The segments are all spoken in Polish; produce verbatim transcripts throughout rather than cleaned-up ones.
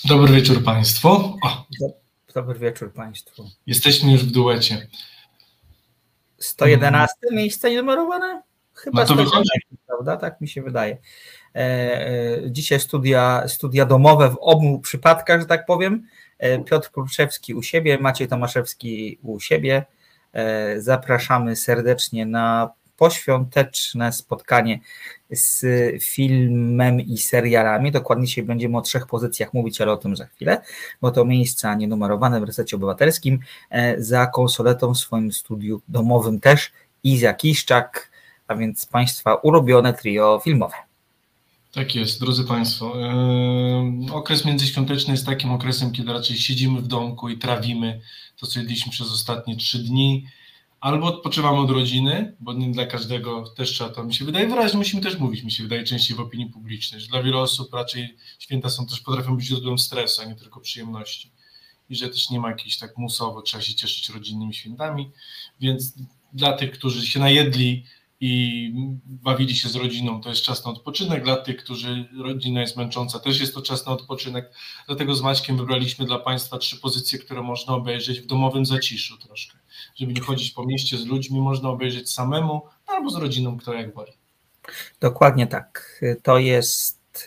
Dobry wieczór Państwu. O, Dobry wieczór Państwu. Jesteśmy już w duecie. sto jedenaste hmm. miejsce numerowane? Chyba no to wychodzi. Prawda? Tak mi się wydaje. E, e, dzisiaj studia, studia domowe w obu przypadkach, że tak powiem. E, Piotr Kruczewski u siebie, Maciej Tomaszewski u siebie. E, zapraszamy serdecznie na poświąteczne spotkanie z filmem i serialami. Dokładnie dzisiaj będziemy o trzech pozycjach mówić, ale o tym za chwilę, bo to miejsca nienumerowane w Resecie Obywatelskim. Za konsoletą w swoim studiu domowym też Izia Kiszczak, a więc Państwa ulubione trio filmowe. Tak jest, drodzy Państwo. Yy, okres międzyświąteczny jest takim okresem, kiedy raczej siedzimy w domku i trawimy to, co jedliśmy przez ostatnie trzy dni. Albo odpoczywamy od rodziny, bo nie dla każdego też trzeba to, mi się wydaje, wyraźnie musimy też mówić, mi się wydaje częściej w opinii publicznej, że dla wielu osób raczej święta są też, potrafią być źródłem stresu, a nie tylko przyjemności. I że też nie ma jakiejś tak musowo, trzeba się cieszyć rodzinnymi świętami, więc dla tych, którzy się najedli i bawili się z rodziną, to jest czas na odpoczynek, dla tych, którzy rodzina jest męcząca, też jest to czas na odpoczynek, dlatego z Maćkiem wybraliśmy dla Państwa trzy pozycje, które można obejrzeć w domowym zaciszu troszkę. Żeby nie chodzić po mieście z ludźmi, można obejrzeć samemu albo z rodziną, kto jak woli. Dokładnie tak. To jest...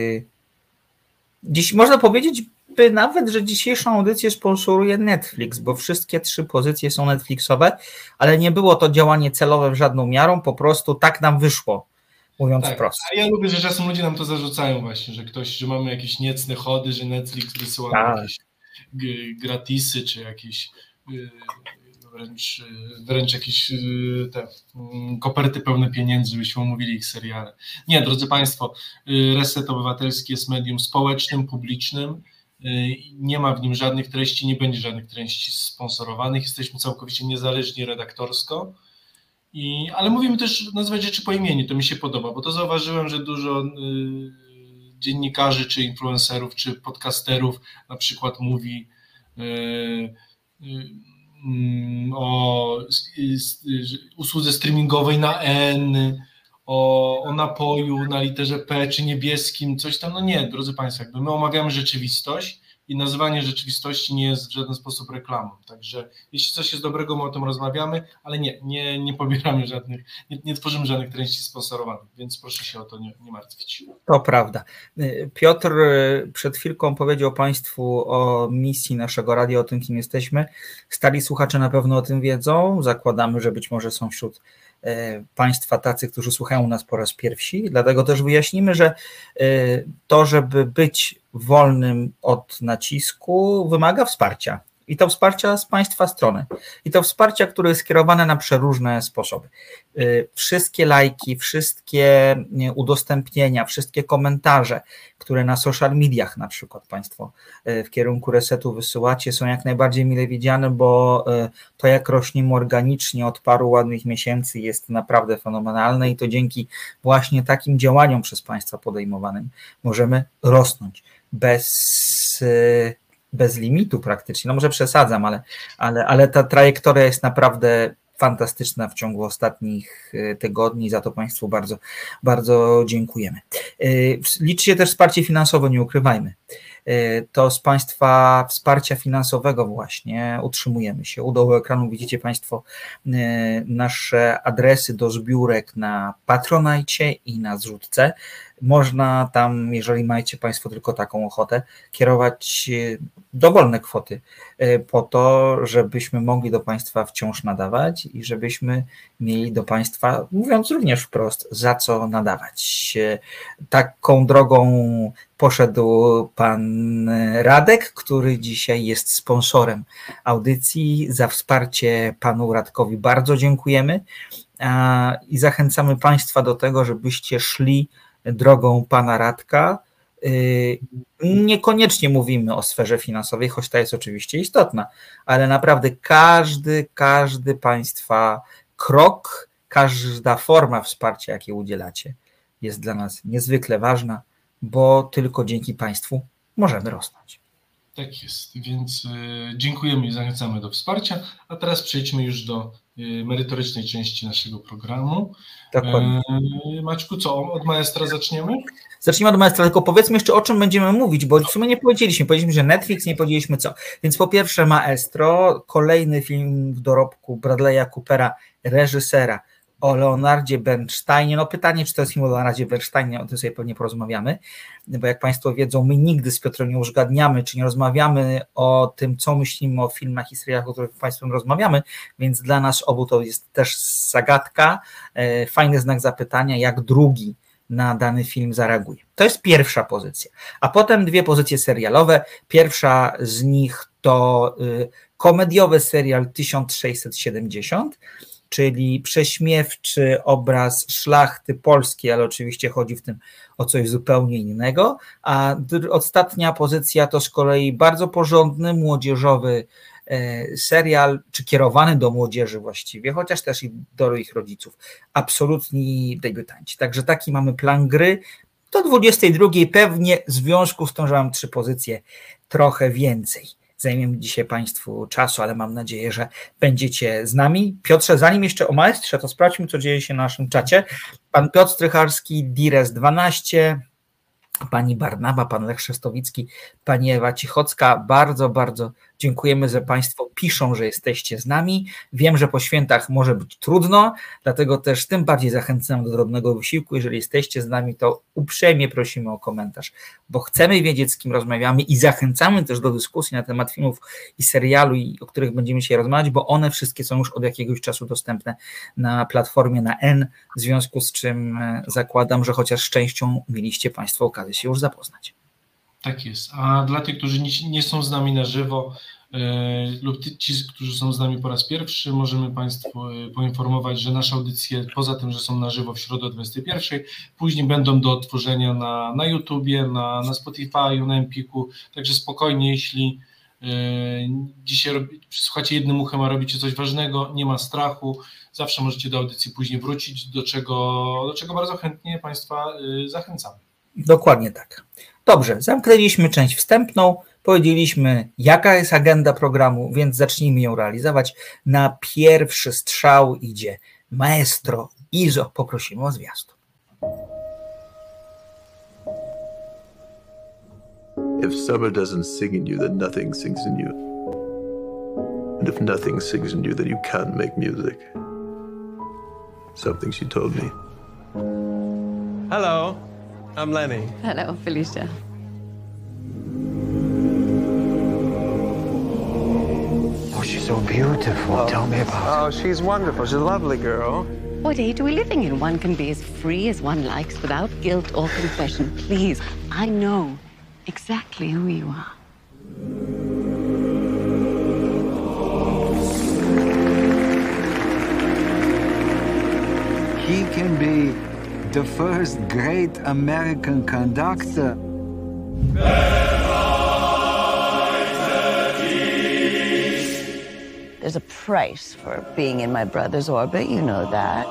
Dziś można powiedzieć by nawet, że dzisiejszą audycję sponsoruje Netflix, bo wszystkie trzy pozycje są Netflixowe, ale nie było to działanie celowe w żadną miarą, po prostu tak nam wyszło, mówiąc tak, wprost. A ja lubię, że czasem ludzie nam to zarzucają właśnie, że ktoś, że mamy jakieś niecne chody, że Netflix wysyła nam jakieś gratisy, czy jakieś... Wręcz, wręcz jakieś te koperty pełne pieniędzy, byśmy omówili ich seriale. Nie, drodzy Państwo, Reset Obywatelski jest medium społecznym, publicznym, nie ma w nim żadnych treści, nie będzie żadnych treści sponsorowanych, jesteśmy całkowicie niezależni redaktorsko, i, ale mówimy też nazwać rzeczy po imieniu, to mi się podoba, bo to zauważyłem, że dużo y, dziennikarzy, czy influencerów, czy podcasterów na przykład mówi y, y, o usłudze streamingowej na N, o, o napoju na literze P czy niebieskim, coś tam. No nie, drodzy Państwo, jakby my omawiamy rzeczywistość i nazywanie rzeczywistości nie jest w żaden sposób reklamą. Także jeśli coś jest dobrego, my o tym rozmawiamy, ale nie, nie, nie pobieramy żadnych, nie, nie tworzymy żadnych treści sponsorowanych, więc proszę się o to nie, nie martwić. To prawda. Piotr przed chwilką powiedział Państwu o misji naszego radia, o tym, kim jesteśmy. Stali słuchacze na pewno o tym wiedzą. Zakładamy, że być może są wśród Państwa tacy, którzy słuchają nas po raz pierwszy. Dlatego też wyjaśnimy, że to, żeby być wolnym od nacisku, wymaga wsparcia. I to wsparcia z Państwa strony. I to wsparcia, które jest skierowane na przeróżne sposoby. Wszystkie lajki, wszystkie udostępnienia, wszystkie komentarze, które na social mediach na przykład Państwo w kierunku Resetu wysyłacie, są jak najbardziej mile widziane, bo to, jak rośniemy organicznie od paru ładnych miesięcy, jest naprawdę fenomenalne i to dzięki właśnie takim działaniom przez Państwa podejmowanym możemy rosnąć bez... bez limitu praktycznie, no może przesadzam, ale, ale, ale ta trajektoria jest naprawdę fantastyczna w ciągu ostatnich tygodni, za to Państwu bardzo, bardzo dziękujemy. Liczcie też wsparcie finansowe, nie ukrywajmy. To z Państwa wsparcia finansowego właśnie utrzymujemy się. U dołu ekranu widzicie Państwo nasze adresy do zbiórek na Patronite i na zrzutce. Można tam, jeżeli macie Państwo tylko taką ochotę, kierować dowolne kwoty po to, żebyśmy mogli do Państwa wciąż nadawać i żebyśmy mieli do Państwa, mówiąc również wprost, za co nadawać. Taką drogą poszedł Pan Radek, który dzisiaj jest sponsorem audycji. Za wsparcie Panu Radkowi bardzo dziękujemy i zachęcamy Państwa do tego, żebyście szli drogą Pana Radka. Niekoniecznie mówimy o sferze finansowej, choć ta jest oczywiście istotna, ale naprawdę każdy, każdy Państwa krok, każda forma wsparcia, jakie udzielacie, jest dla nas niezwykle ważna, bo tylko dzięki Państwu możemy rosnąć. Tak jest, więc dziękujemy i zachęcamy do wsparcia, a teraz przejdźmy już do merytorycznej części naszego programu. Dokładnie. Maćku, co, od maestra zaczniemy? Zacznijmy od maestra, tylko powiedzmy jeszcze, o czym będziemy mówić, bo w sumie nie powiedzieliśmy. Powiedzieliśmy, że Netflix, nie powiedzieliśmy co. Więc po pierwsze Maestro, kolejny film w dorobku Bradley'a Coopera, reżysera, o Leonardzie Bernsteinie. No pytanie, czy to jest film o Leonardzie Bernsteinie, o tym sobie pewnie porozmawiamy, bo jak Państwo wiedzą, my nigdy z Piotrem nie uzgadniamy, czy nie rozmawiamy o tym, co myślimy o filmach i serialach, o których Państwem rozmawiamy, więc dla nas obu to jest też zagadka, fajny znak zapytania, jak drugi na dany film zareaguje. To jest pierwsza pozycja. A potem dwie pozycje serialowe. Pierwsza z nich to komediowy serial tysiąc sześćset siedemdziesiąt, czyli prześmiewczy obraz szlachty polskiej, ale oczywiście chodzi w tym o coś zupełnie innego. A ostatnia pozycja to z kolei bardzo porządny, młodzieżowy serial, czy kierowany do młodzieży właściwie, chociaż też i do ich rodziców. Absolutni debiutanci. Także taki mamy plan gry. Do dwudziestej drugiej pewnie w związku z tym, że mam trzy pozycje, trochę więcej. Zajmiemy dzisiaj Państwu czasu, ale mam nadzieję, że będziecie z nami. Piotrze, zanim jeszcze o maestrze, to sprawdźmy, co dzieje się na naszym czacie. Pan Piotr Strycharski, Dires dwanaście, pani Barnaba, pan Lech Szestowicki, pani Ewa Cichocka, bardzo, bardzo dziękujemy, że Państwo piszą, że jesteście z nami. Wiem, że po świętach może być trudno, dlatego też tym bardziej zachęcam do drobnego wysiłku. Jeżeli jesteście z nami, to uprzejmie prosimy o komentarz, bo chcemy wiedzieć, z kim rozmawiamy i zachęcamy też do dyskusji na temat filmów i serialu, o których będziemy dzisiaj rozmawiać, bo one wszystkie są już od jakiegoś czasu dostępne na platformie na N, w związku z czym zakładam, że chociaż z częścią mieliście Państwo okazję się już zapoznać. Tak jest. A dla tych, którzy nie są z nami na żywo yy, lub ci, którzy są z nami po raz pierwszy, możemy Państwu poinformować, że nasze audycje, poza tym, że są na żywo w środę o dwudziestej pierwszej, później będą do odtworzenia na, na YouTubie, na, na Spotify, na Empiku, także spokojnie, jeśli yy, dzisiaj robi, słuchacie jednym uchem, a robicie coś ważnego, nie ma strachu, zawsze możecie do audycji później wrócić, do czego, do czego bardzo chętnie Państwa yy, zachęcamy. Dokładnie tak. Dobrze, zamknęliśmy część wstępną, powiedzieliśmy, jaka jest agenda programu, więc zacznijmy ją realizować. Na pierwszy strzał idzie Maestro. Izo, poprosimy o zwiastun. If summer doesn't sing in you, then nothing sings in you. And if nothing sings in you, then you can't make music. Something she told me. Hello. I'm Lenny. Hello, Felicia. Oh, she's so beautiful. Oh. Tell me about her. Oh, she's wonderful. She's a lovely girl. What age are we living in? One can be as free as one likes without guilt or confession. Please, I know exactly who you are. He can be the first great American conductor. There's a price for being in my brother's orbit, you know that.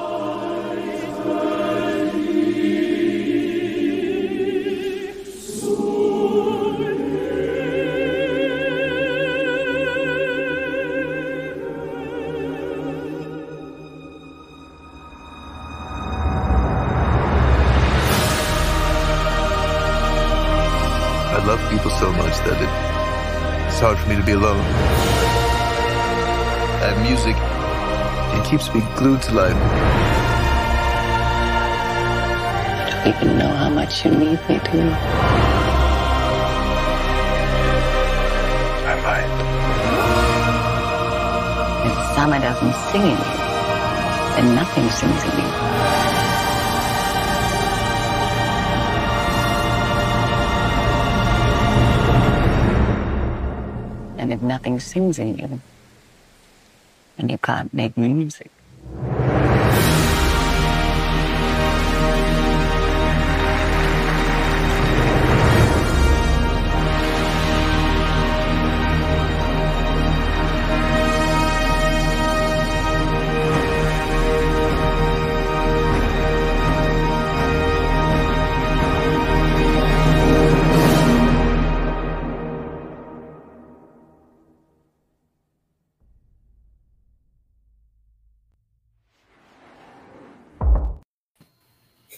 I love people so much that it, it's hard for me to be alone. That music, it keeps me glued to life. I don't even know how much you need me to. I might. If summer doesn't sing in you, then nothing sings in you. And if nothing sings in you, then you can't make music.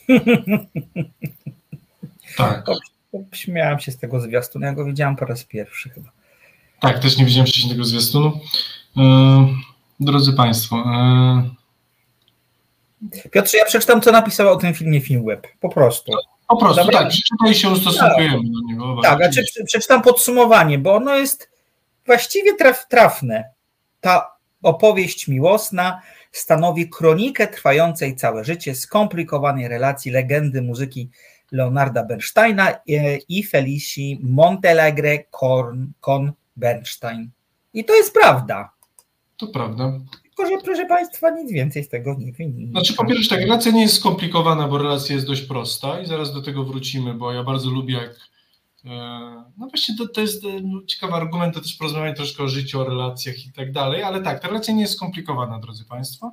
Tak. Śmiałem się z tego zwiastunu, ja go widziałem po raz pierwszy chyba. Tak, też nie widziałem wcześniej tego zwiastunu. E, drodzy Państwo. E... Piotrze, ja przeczytam, co napisał o tym filmie Filmweb. Po prostu. Po prostu, Dobra? tak. Przeczytaj się ustosunkujemy tak. do niego. Tak, znaczy przeczytam podsumowanie, bo ono jest właściwie traf, trafne. Ta opowieść miłosna stanowi kronikę trwającej całe życie skomplikowanej relacji legendy muzyki Leonarda Bernsteina i Felici Montealegre con Bernstein. I to jest prawda. To prawda. Tylko, że proszę Państwa, nic więcej z tego nie wynika. Znaczy po pierwsze tak, relacja nie jest skomplikowana, bo relacja jest dość prosta i zaraz do tego wrócimy, bo ja bardzo lubię jak no właśnie to, to jest ciekawy argument, to też porozmawiamy troszkę o życiu, o relacjach i tak dalej, ale tak, ta relacja nie jest skomplikowana, drodzy Państwo,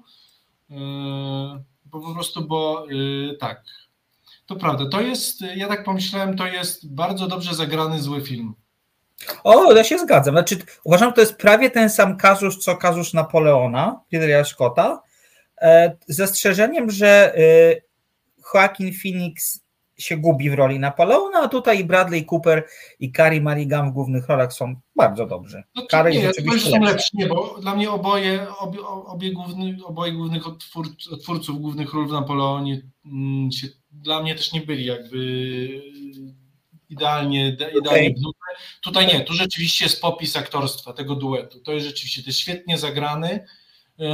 bo po prostu, bo tak, to prawda, to jest, ja tak pomyślałem, to jest bardzo dobrze zagrany zły film. O, ja się zgadzam, znaczy uważam, że to jest prawie ten sam kazus, co kazus Napoleona, Ridleya Scotta, z zastrzeżeniem, że Joaquin Phoenix się gubi w roli Napoleona, a tutaj Bradley Cooper i Carey Mulligan w głównych rolach są bardzo dobrzy. No Carey nie, jest oczywiście są lepsi, nie, bo dla mnie oboje, obie, obie główny, oboje głównych odtwór, odtwórców głównych ról w Napoleonie mm, się, dla mnie też nie byli jakby idealnie, idealnie okay. Wnute. Tutaj nie, tu rzeczywiście jest popis aktorstwa tego duetu. To jest rzeczywiście, to jest świetnie zagrany. Yy,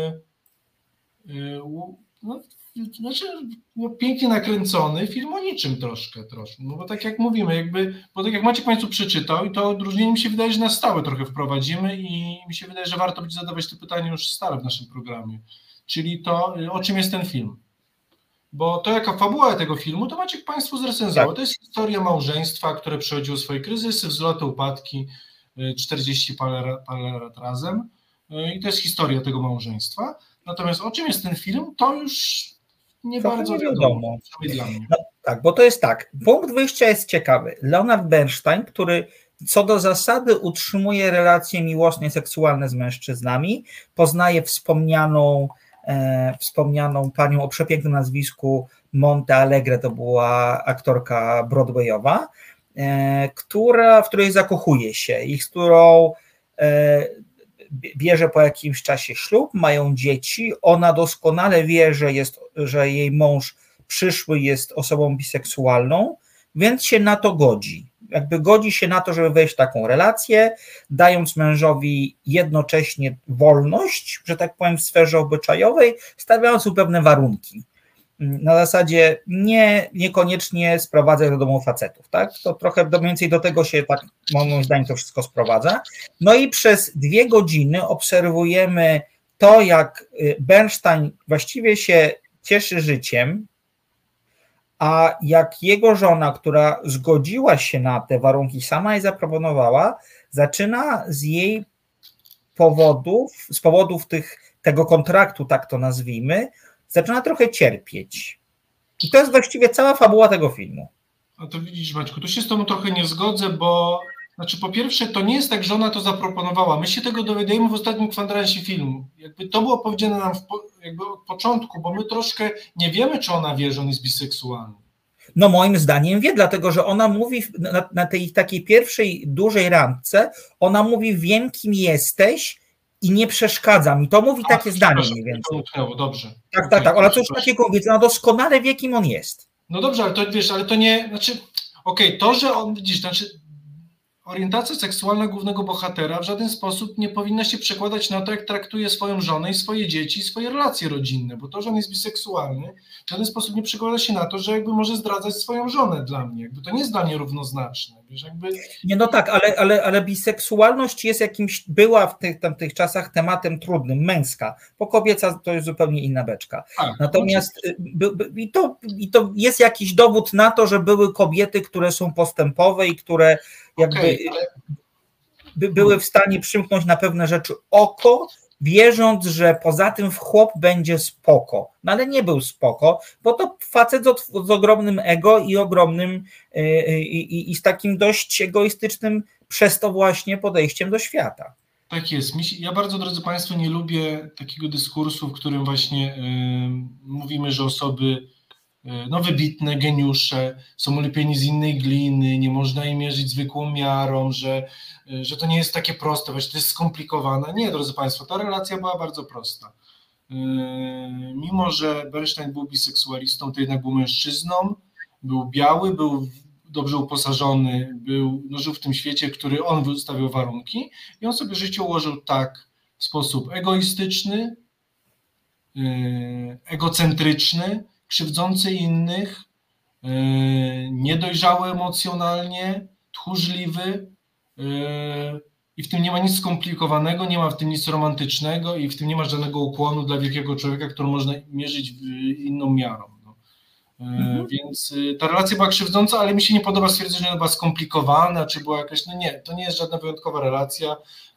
yy, no, Znaczy, no, pięknie nakręcony film o niczym troszkę, troszkę. No bo tak jak mówimy, jakby, bo tak jak Maciek Państwu przeczytał i to odróżnienie mi się wydaje, że na stałe trochę wprowadzimy i mi się wydaje, że warto będzie zadawać te pytania już stale w naszym programie. Czyli to, o czym jest ten film. Bo to jaka fabuła tego filmu, to Maciek Państwu zrecenzował. To jest historia małżeństwa, które przechodziło swoje kryzysy, wzloty, upadki, czterdzieści parę lat razem. I to jest historia tego małżeństwa. Natomiast o czym jest ten film, to już nie Trochę bardzo nie wiadomo. Dla mnie. No, tak, bo to jest tak. Punkt wyjścia jest ciekawy. Leonard Bernstein, który co do zasady utrzymuje relacje miłosne, seksualne z mężczyznami, poznaje wspomnianą, e, wspomnianą panią o przepięknym nazwisku Montealegre, to była aktorka broadwayowa, e, która, w której zakochuje się i z którą e, bierze po jakimś czasie ślub, mają dzieci, ona doskonale wie, że, jest, że jej mąż przyszły jest osobą biseksualną, więc się na to godzi. Jakby godzi się na to, żeby wejść w taką relację, dając mężowi jednocześnie wolność, że tak powiem, w sferze obyczajowej, stawiając mu pewne warunki. Na zasadzie nie, niekoniecznie sprowadzać do domu facetów, tak? To trochę mniej więcej do tego się, tak moim zdaniem, to wszystko sprowadza. No i przez dwie godziny obserwujemy to, jak Bernstein właściwie się cieszy życiem, a jak jego żona, która zgodziła się na te warunki, sama je zaproponowała, zaczyna z jej powodów, z powodów tych, tego kontraktu, tak to nazwijmy, zaczyna trochę cierpieć. I to jest właściwie cała fabuła tego filmu. A to widzisz, Maćku, tu się z tobą trochę nie zgodzę, bo znaczy po pierwsze to nie jest tak, że ona to zaproponowała. My się tego dowiadujemy w ostatnim kwadransie filmu. Jakby to było powiedziane nam w, jakby od początku, bo my troszkę nie wiemy, czy ona wie, że on jest biseksualny. No moim zdaniem wie, dlatego że ona mówi na, na tej takiej pierwszej dużej randce, ona mówi, wiem, kim jesteś i nie przeszkadza mi. To mówi A, takie zdanie mniej więcej. To dobrze. Tak, okay, tak, tak. Ona coś takiego mówi, ona doskonale wie, kim on jest. No dobrze, ale to wiesz, ale to nie, znaczy, okej, okay, to, że on, widzisz, znaczy orientacja seksualna głównego bohatera w żaden sposób nie powinna się przekładać na to, jak traktuje swoją żonę i swoje dzieci i swoje relacje rodzinne, bo to, że on jest biseksualny, w żaden sposób nie przekłada się na to, że jakby może zdradzać swoją żonę dla mnie. Jakby to nie jest dla mnie równoznaczne. Wiesz, jakby... Nie, no tak, ale, ale, ale biseksualność jest jakimś, była w tych, tamtych czasach tematem trudnym, męska, bo kobieca to jest zupełnie inna beczka. A, Natomiast by, by, i, to, i to jest jakiś dowód na to, że były kobiety, które są postępowe i które jakby okay, ale... by były w stanie przymknąć na pewne rzeczy oko, wierząc, że poza tym w chłop będzie spoko. No ale nie był spoko, bo to facet z, z ogromnym ego i ogromnym yy, i, i z takim dość egoistycznym przez to właśnie podejściem do świata. Tak jest. Ja bardzo, drodzy Państwo, nie lubię takiego dyskursu, w którym właśnie yy, mówimy, że osoby no wybitne geniusze, są ulepieni z innej gliny, nie można im mierzyć zwykłą miarą, że, że to nie jest takie proste, właśnie to jest skomplikowane. Nie, drodzy Państwo, ta relacja była bardzo prosta. Mimo że Bernstein był biseksualistą, to jednak był mężczyzną, był biały, był dobrze uposażony, był, no, żył w tym świecie, który on wystawiał warunki i on sobie życie ułożył tak w sposób egoistyczny, egocentryczny, krzywdzący innych, niedojrzały emocjonalnie, tchórzliwy i w tym nie ma nic skomplikowanego, nie ma w tym nic romantycznego i w tym nie ma żadnego ukłonu dla wielkiego człowieka, który można mierzyć inną miarą. No. Mhm. Więc ta relacja była krzywdząca, ale mi się nie podoba stwierdzenie, że ona była skomplikowana, czy była jakaś, no nie, to nie jest żadna wyjątkowa relacja.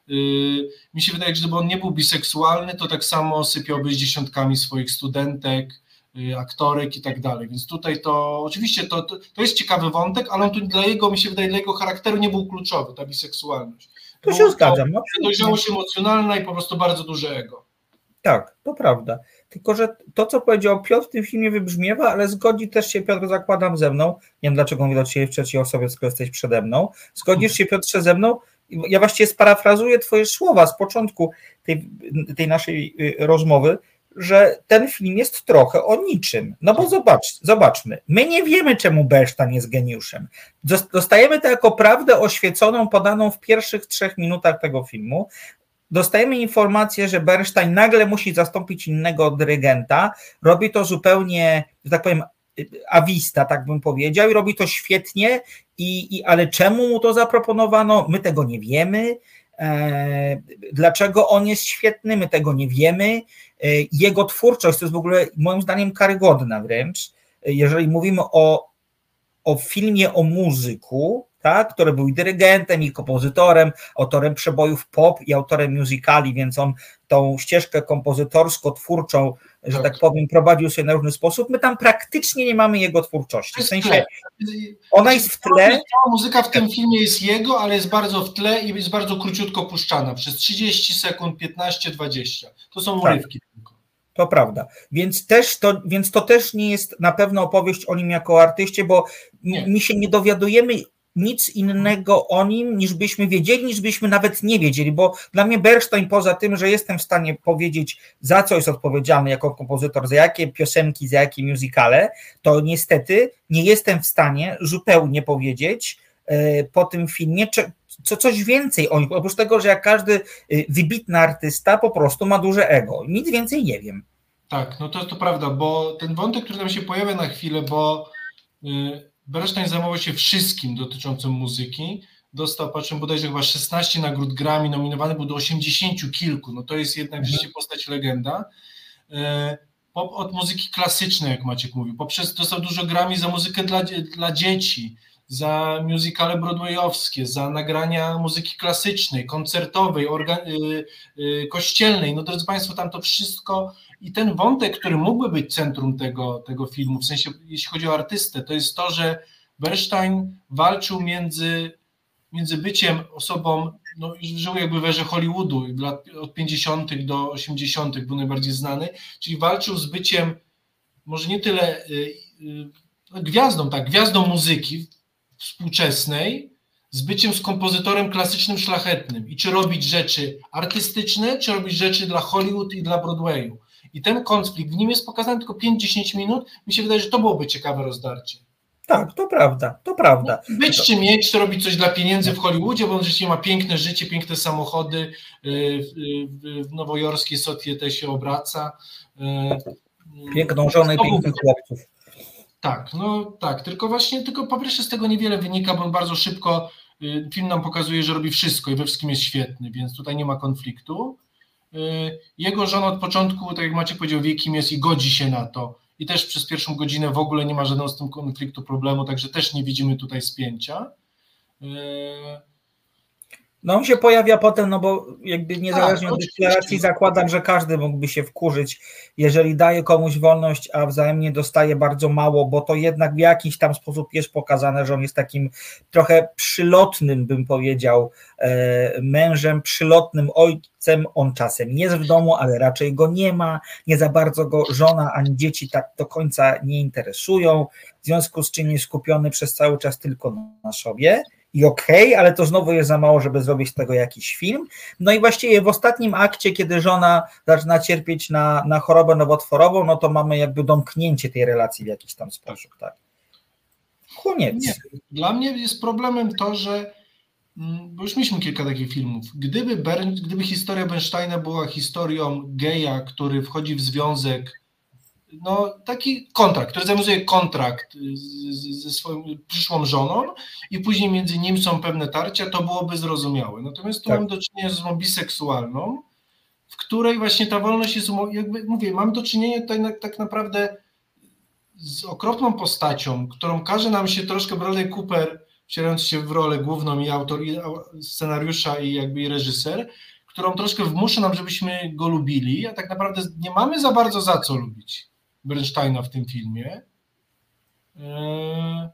Mi się wydaje, że gdyby on nie był biseksualny, to tak samo sypiałby z dziesiątkami swoich studentek, aktorek i tak dalej, więc tutaj to oczywiście to, to, to jest ciekawy wątek, ale on tu dla jego, mi się wydaje, dla jego charakteru nie był kluczowy, ta biseksualność. To się zgadzam. No, dojrzałość emocjonalna i po prostu bardzo duże ego. Tak, to prawda. Tylko że to, co powiedział Piotr w tym filmie wybrzmiewa, ale zgodzi też się, Piotr, zakładam, ze mną, nie wiem dlaczego mówię do Ciebie w trzeciej osobie, skoro jesteś przede mną, zgodzisz się, Piotrze, ze mną? Ja właściwie sparafrazuję Twoje słowa z początku tej, tej naszej rozmowy, że ten film jest trochę o niczym. No bo zobacz, zobaczmy, my nie wiemy, czemu Bernstein jest geniuszem. Dostajemy to jako prawdę oświeconą, podaną w pierwszych trzech minutach tego filmu. Dostajemy informację, że Bernstein nagle musi zastąpić innego dyrygenta. Robi to zupełnie, że tak powiem, awista, tak bym powiedział, i robi to świetnie, i, i, ale czemu mu to zaproponowano? My tego nie wiemy. Dlaczego on jest świetny? My tego nie wiemy. Jego twórczość to jest w ogóle moim zdaniem karygodna wręcz. Jeżeli mówimy o, o filmie o muzyku, tak, który był i dyrygentem, i kompozytorem, autorem przebojów pop i autorem musicali, więc on tą ścieżkę kompozytorsko-twórczą, że tak. tak powiem, prowadził sobie na różny sposób. My tam praktycznie nie mamy jego twórczości. W sensie ona jest w tle. Cała muzyka w tym filmie jest jego, ale jest bardzo w tle i jest bardzo króciutko puszczana. Przez trzydzieści sekund, piętnaście dwadzieścia. To są urywki tak. tylko. To prawda, więc, też to, więc to też nie jest na pewno opowieść o nim jako artyście, bo nie. mi się nie dowiadujemy nic innego o nim, niż byśmy wiedzieli, niż byśmy nawet nie wiedzieli, bo dla mnie Bernstein, poza tym, że jestem w stanie powiedzieć, za co jest odpowiedzialny jako kompozytor, za jakie piosenki, za jakie musicale, to niestety nie jestem w stanie zupełnie powiedzieć e, po tym filmie, czy, co coś więcej o nim, oprócz tego, że jak każdy wybitny artysta po prostu ma duże ego. Nic więcej nie wiem. Tak, no to to prawda, bo ten wątek, który nam się pojawia na chwilę, bo y, Bernstein zajmował się wszystkim dotyczącym muzyki, dostał, patrzę, bodajże chyba szesnaście nagród Grammy, nominowany był do osiemdziesięciu kilku, no to jest jednak rzeczywiście postać legenda. Y, pop, od muzyki klasycznej, jak Maciek mówił, poprzez dostał dużo Grammy za muzykę dla, dla dzieci, za musicale broadwayowskie, za nagrania muzyki klasycznej, koncertowej, organ- y, y, kościelnej. No drodzy Państwo, tam to wszystko i ten wątek, który mógłby być centrum tego, tego filmu, w sensie jeśli chodzi o artystę, to jest to, że Bernstein walczył między, między byciem osobą, no żył jakby w erze Hollywoodu, od pięćdziesiątych do osiemdziesiątych był najbardziej znany, czyli walczył z byciem może nie tyle y, y, gwiazdą, tak, gwiazdą muzyki współczesnej, z byciem z kompozytorem klasycznym szlachetnym i czy robić rzeczy artystyczne, czy robić rzeczy dla Hollywood i dla Broadwayu. I ten konflikt, w nim jest pokazany tylko pięć do dziesięciu minut, mi się wydaje, że to byłoby ciekawe rozdarcie. Tak, to prawda, to prawda. No, być czy mieć, czy robić coś dla pieniędzy w Hollywoodzie, bo on rzeczywiście ma piękne życie, piękne samochody, w nowojorskiej Societe się obraca. Piękną żonę i pięknych chłopców. Tak, no tak, tylko właśnie, tylko po pierwsze z tego niewiele wynika, bo on bardzo szybko, film nam pokazuje, że robi wszystko i we wszystkim jest świetny, więc tutaj nie ma konfliktu. Jego żona od początku, tak jak Maciek powiedział, wie kim jest i godzi się na to i też przez pierwszą godzinę w ogóle nie ma żadnego z tym konfliktu, problemu, także też nie widzimy tutaj spięcia. No on się pojawia potem, no bo jakby niezależnie tak, od deklaracji zakładam, że każdy mógłby się wkurzyć, jeżeli daje komuś wolność, a wzajemnie dostaje bardzo mało, bo to jednak w jakiś tam sposób jest pokazane, że on jest takim trochę przylotnym, bym powiedział, mężem, przylotnym ojcem. On czasem jest w domu, ale raczej go nie ma, nie za bardzo go żona ani dzieci tak do końca nie interesują, w związku z czym jest skupiony przez cały czas tylko na sobie. I okej, okay, ale to znowu jest za mało, żeby zrobić z tego jakiś film. No i właściwie w ostatnim akcie, kiedy żona zaczyna cierpieć na, na chorobę nowotworową, no to mamy jakby domknięcie tej relacji w jakiś tam sposób, tak? Koniec. Nie. Dla mnie jest problemem to, że, bo już mieliśmy kilka takich filmów, gdyby, Bern, gdyby historia Bernsteina była historią geja, który wchodzi w związek, no taki kontrakt, który zawiązuje kontrakt ze swoją przyszłą żoną i później między nim są pewne tarcia, to byłoby zrozumiałe. Natomiast tu tak. Mam do czynienia z umową biseksualną, w której właśnie ta wolność jest, jakby mówię, mam do czynienia tutaj na, tak naprawdę z okropną postacią, którą każe nam się troszkę Bradley Cooper, wcierając się w rolę główną i autor i scenariusza i jakby i reżyser, którą troszkę wmusza nam, żebyśmy go lubili, a tak naprawdę nie mamy za bardzo za co lubić Bernsteina w tym filmie. Eee,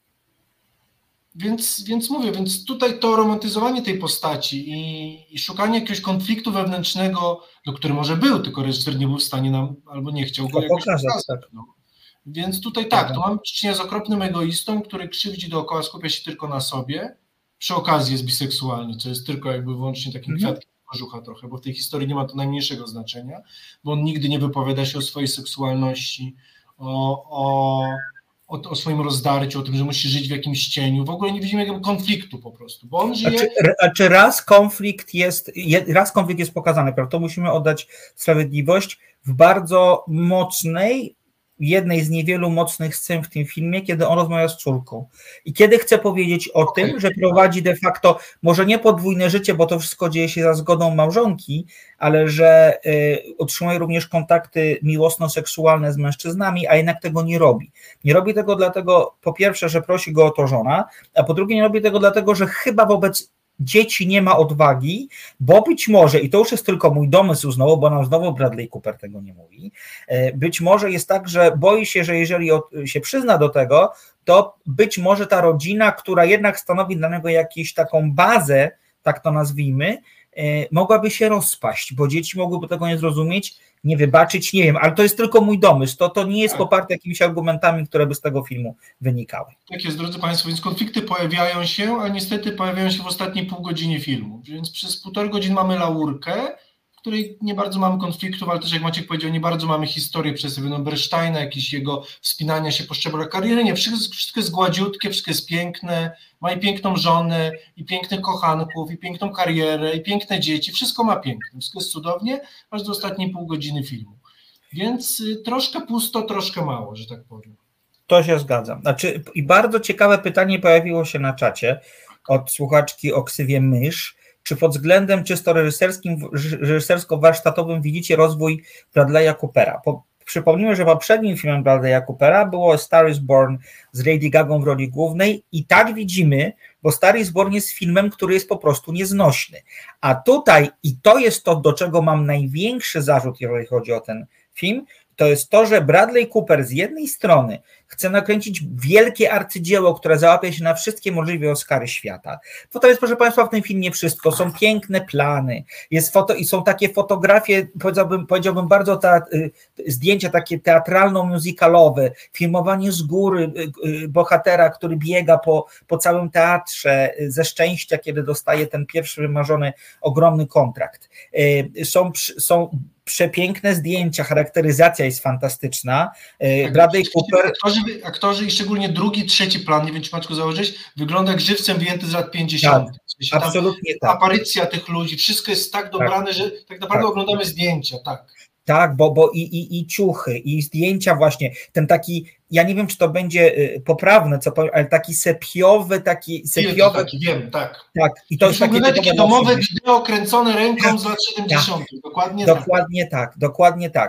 więc, więc mówię, więc tutaj to romantyzowanie tej postaci i, i szukanie jakiegoś konfliktu wewnętrznego, no, który może był, tylko reżyser nie był w stanie nam, albo nie chciał go jakoś pokazać. Tak. No. Więc tutaj tak, to mam do czynienia z okropnym egoistą, który krzywdzi dookoła, skupia się tylko na sobie, przy okazji jest biseksualny, co jest tylko jakby wyłącznie takim mhm. kwiatkiem kożucha trochę, bo w tej historii nie ma to najmniejszego znaczenia, bo on nigdy nie wypowiada się o swojej seksualności, o, o, o, o swoim rozdarciu, o tym, że musi żyć w jakimś cieniu. W ogóle nie widzimy jakiegoś konfliktu po prostu, bo on żyje... A czy, a czy raz konflikt jest, raz konflikt jest pokazany, prawda? To musimy oddać sprawiedliwość w bardzo mocnej, jednej z niewielu mocnych scen w tym filmie, kiedy on rozmawia z córką. I kiedy chce powiedzieć o okay. tym, że prowadzi de facto, może nie podwójne życie, bo to wszystko dzieje się za zgodą małżonki, ale że y, utrzymuje również kontakty miłosno-seksualne z mężczyznami, a jednak tego nie robi. Nie robi tego dlatego, po pierwsze, że prosi go o to żona, a po drugie nie robi tego dlatego, że chyba wobec dzieci nie ma odwagi, bo być może, i to już jest tylko mój domysł znowu, bo nam znowu Bradley Cooper tego nie mówi, być może jest tak, że boi się, że jeżeli się przyzna do tego, to być może ta rodzina, która jednak stanowi dla niego jakąś taką bazę, tak to nazwijmy, mogłaby się rozpaść, bo dzieci mogłyby tego nie zrozumieć, nie wybaczyć, nie wiem, ale to jest tylko mój domysł, to, to nie jest poparte jakimiś argumentami, które by z tego filmu wynikały. Tak jest, drodzy Państwo, więc konflikty pojawiają się, a niestety pojawiają się w ostatniej pół godzinie filmu, więc przez półtorej godziny mamy laurkę, w której nie bardzo mamy konfliktów, ale też jak Maciek powiedział, nie bardzo mamy historię przedstawioną Bernsteina, jakieś jego wspinania się po szczeblach kariery, nie, wszystko, wszystko jest gładziutkie, wszystko jest piękne, ma i piękną żonę, i pięknych kochanków, i piękną karierę, i piękne dzieci, wszystko ma piękne, wszystko jest cudownie, aż do ostatniej pół godziny filmu. Więc y, troszkę pusto, troszkę mało, że tak powiem. To się zgadzam. Znaczy, i bardzo ciekawe pytanie pojawiło się na czacie od słuchaczki o ksywie Mysz. Czy pod względem czysto reżyserskim, reżysersko-warsztatowym widzicie rozwój Bradley'a Coopera? Po, przypomnijmy, że poprzednim filmem Bradley'a Coopera było A Star is Born z Lady Gagą w roli głównej i tak widzimy, bo Star is Born jest filmem, który jest po prostu nieznośny. A tutaj, i to jest to, do czego mam największy zarzut, jeżeli chodzi o ten film, to jest to, że Bradley Cooper z jednej strony chce nakręcić wielkie arcydzieło, które załapie się na wszystkie możliwe Oscary świata. Bo to jest, proszę Państwa, w tym filmie wszystko. Są piękne plany, jest foto i są takie fotografie, powiedziałbym, powiedziałbym bardzo ta, zdjęcia takie teatralno-musicalowe, filmowanie z góry bohatera, który biega po, po całym teatrze ze szczęścia, kiedy dostaje ten pierwszy wymarzony ogromny kontrakt. Są, są przepiękne zdjęcia, charakteryzacja jest fantastyczna. Tak, Bradley Cooper... Aktorzy, aktorzy i szczególnie drugi, trzeci plan, nie wiem czy Maćku założyć, wygląda jak żywcem wyjęty z lat pięćdziesiątych. Tak, w sensie absolutnie tak. Aparycja tych ludzi, wszystko jest tak dobrane, tak, że tak naprawdę tak. oglądamy zdjęcia, tak. Tak, bo, bo i, i, i ciuchy, i zdjęcia właśnie, ten taki, ja nie wiem, czy to będzie poprawne, co powiem, ale taki sepiowy, taki sepiowy. Taki, wiem, tak. Tak. I to jest takie, takie domowe wideo kręcone ręką tak, z lat siedemdziesiątych. Dokładnie, dokładnie tak. tak. Dokładnie tak.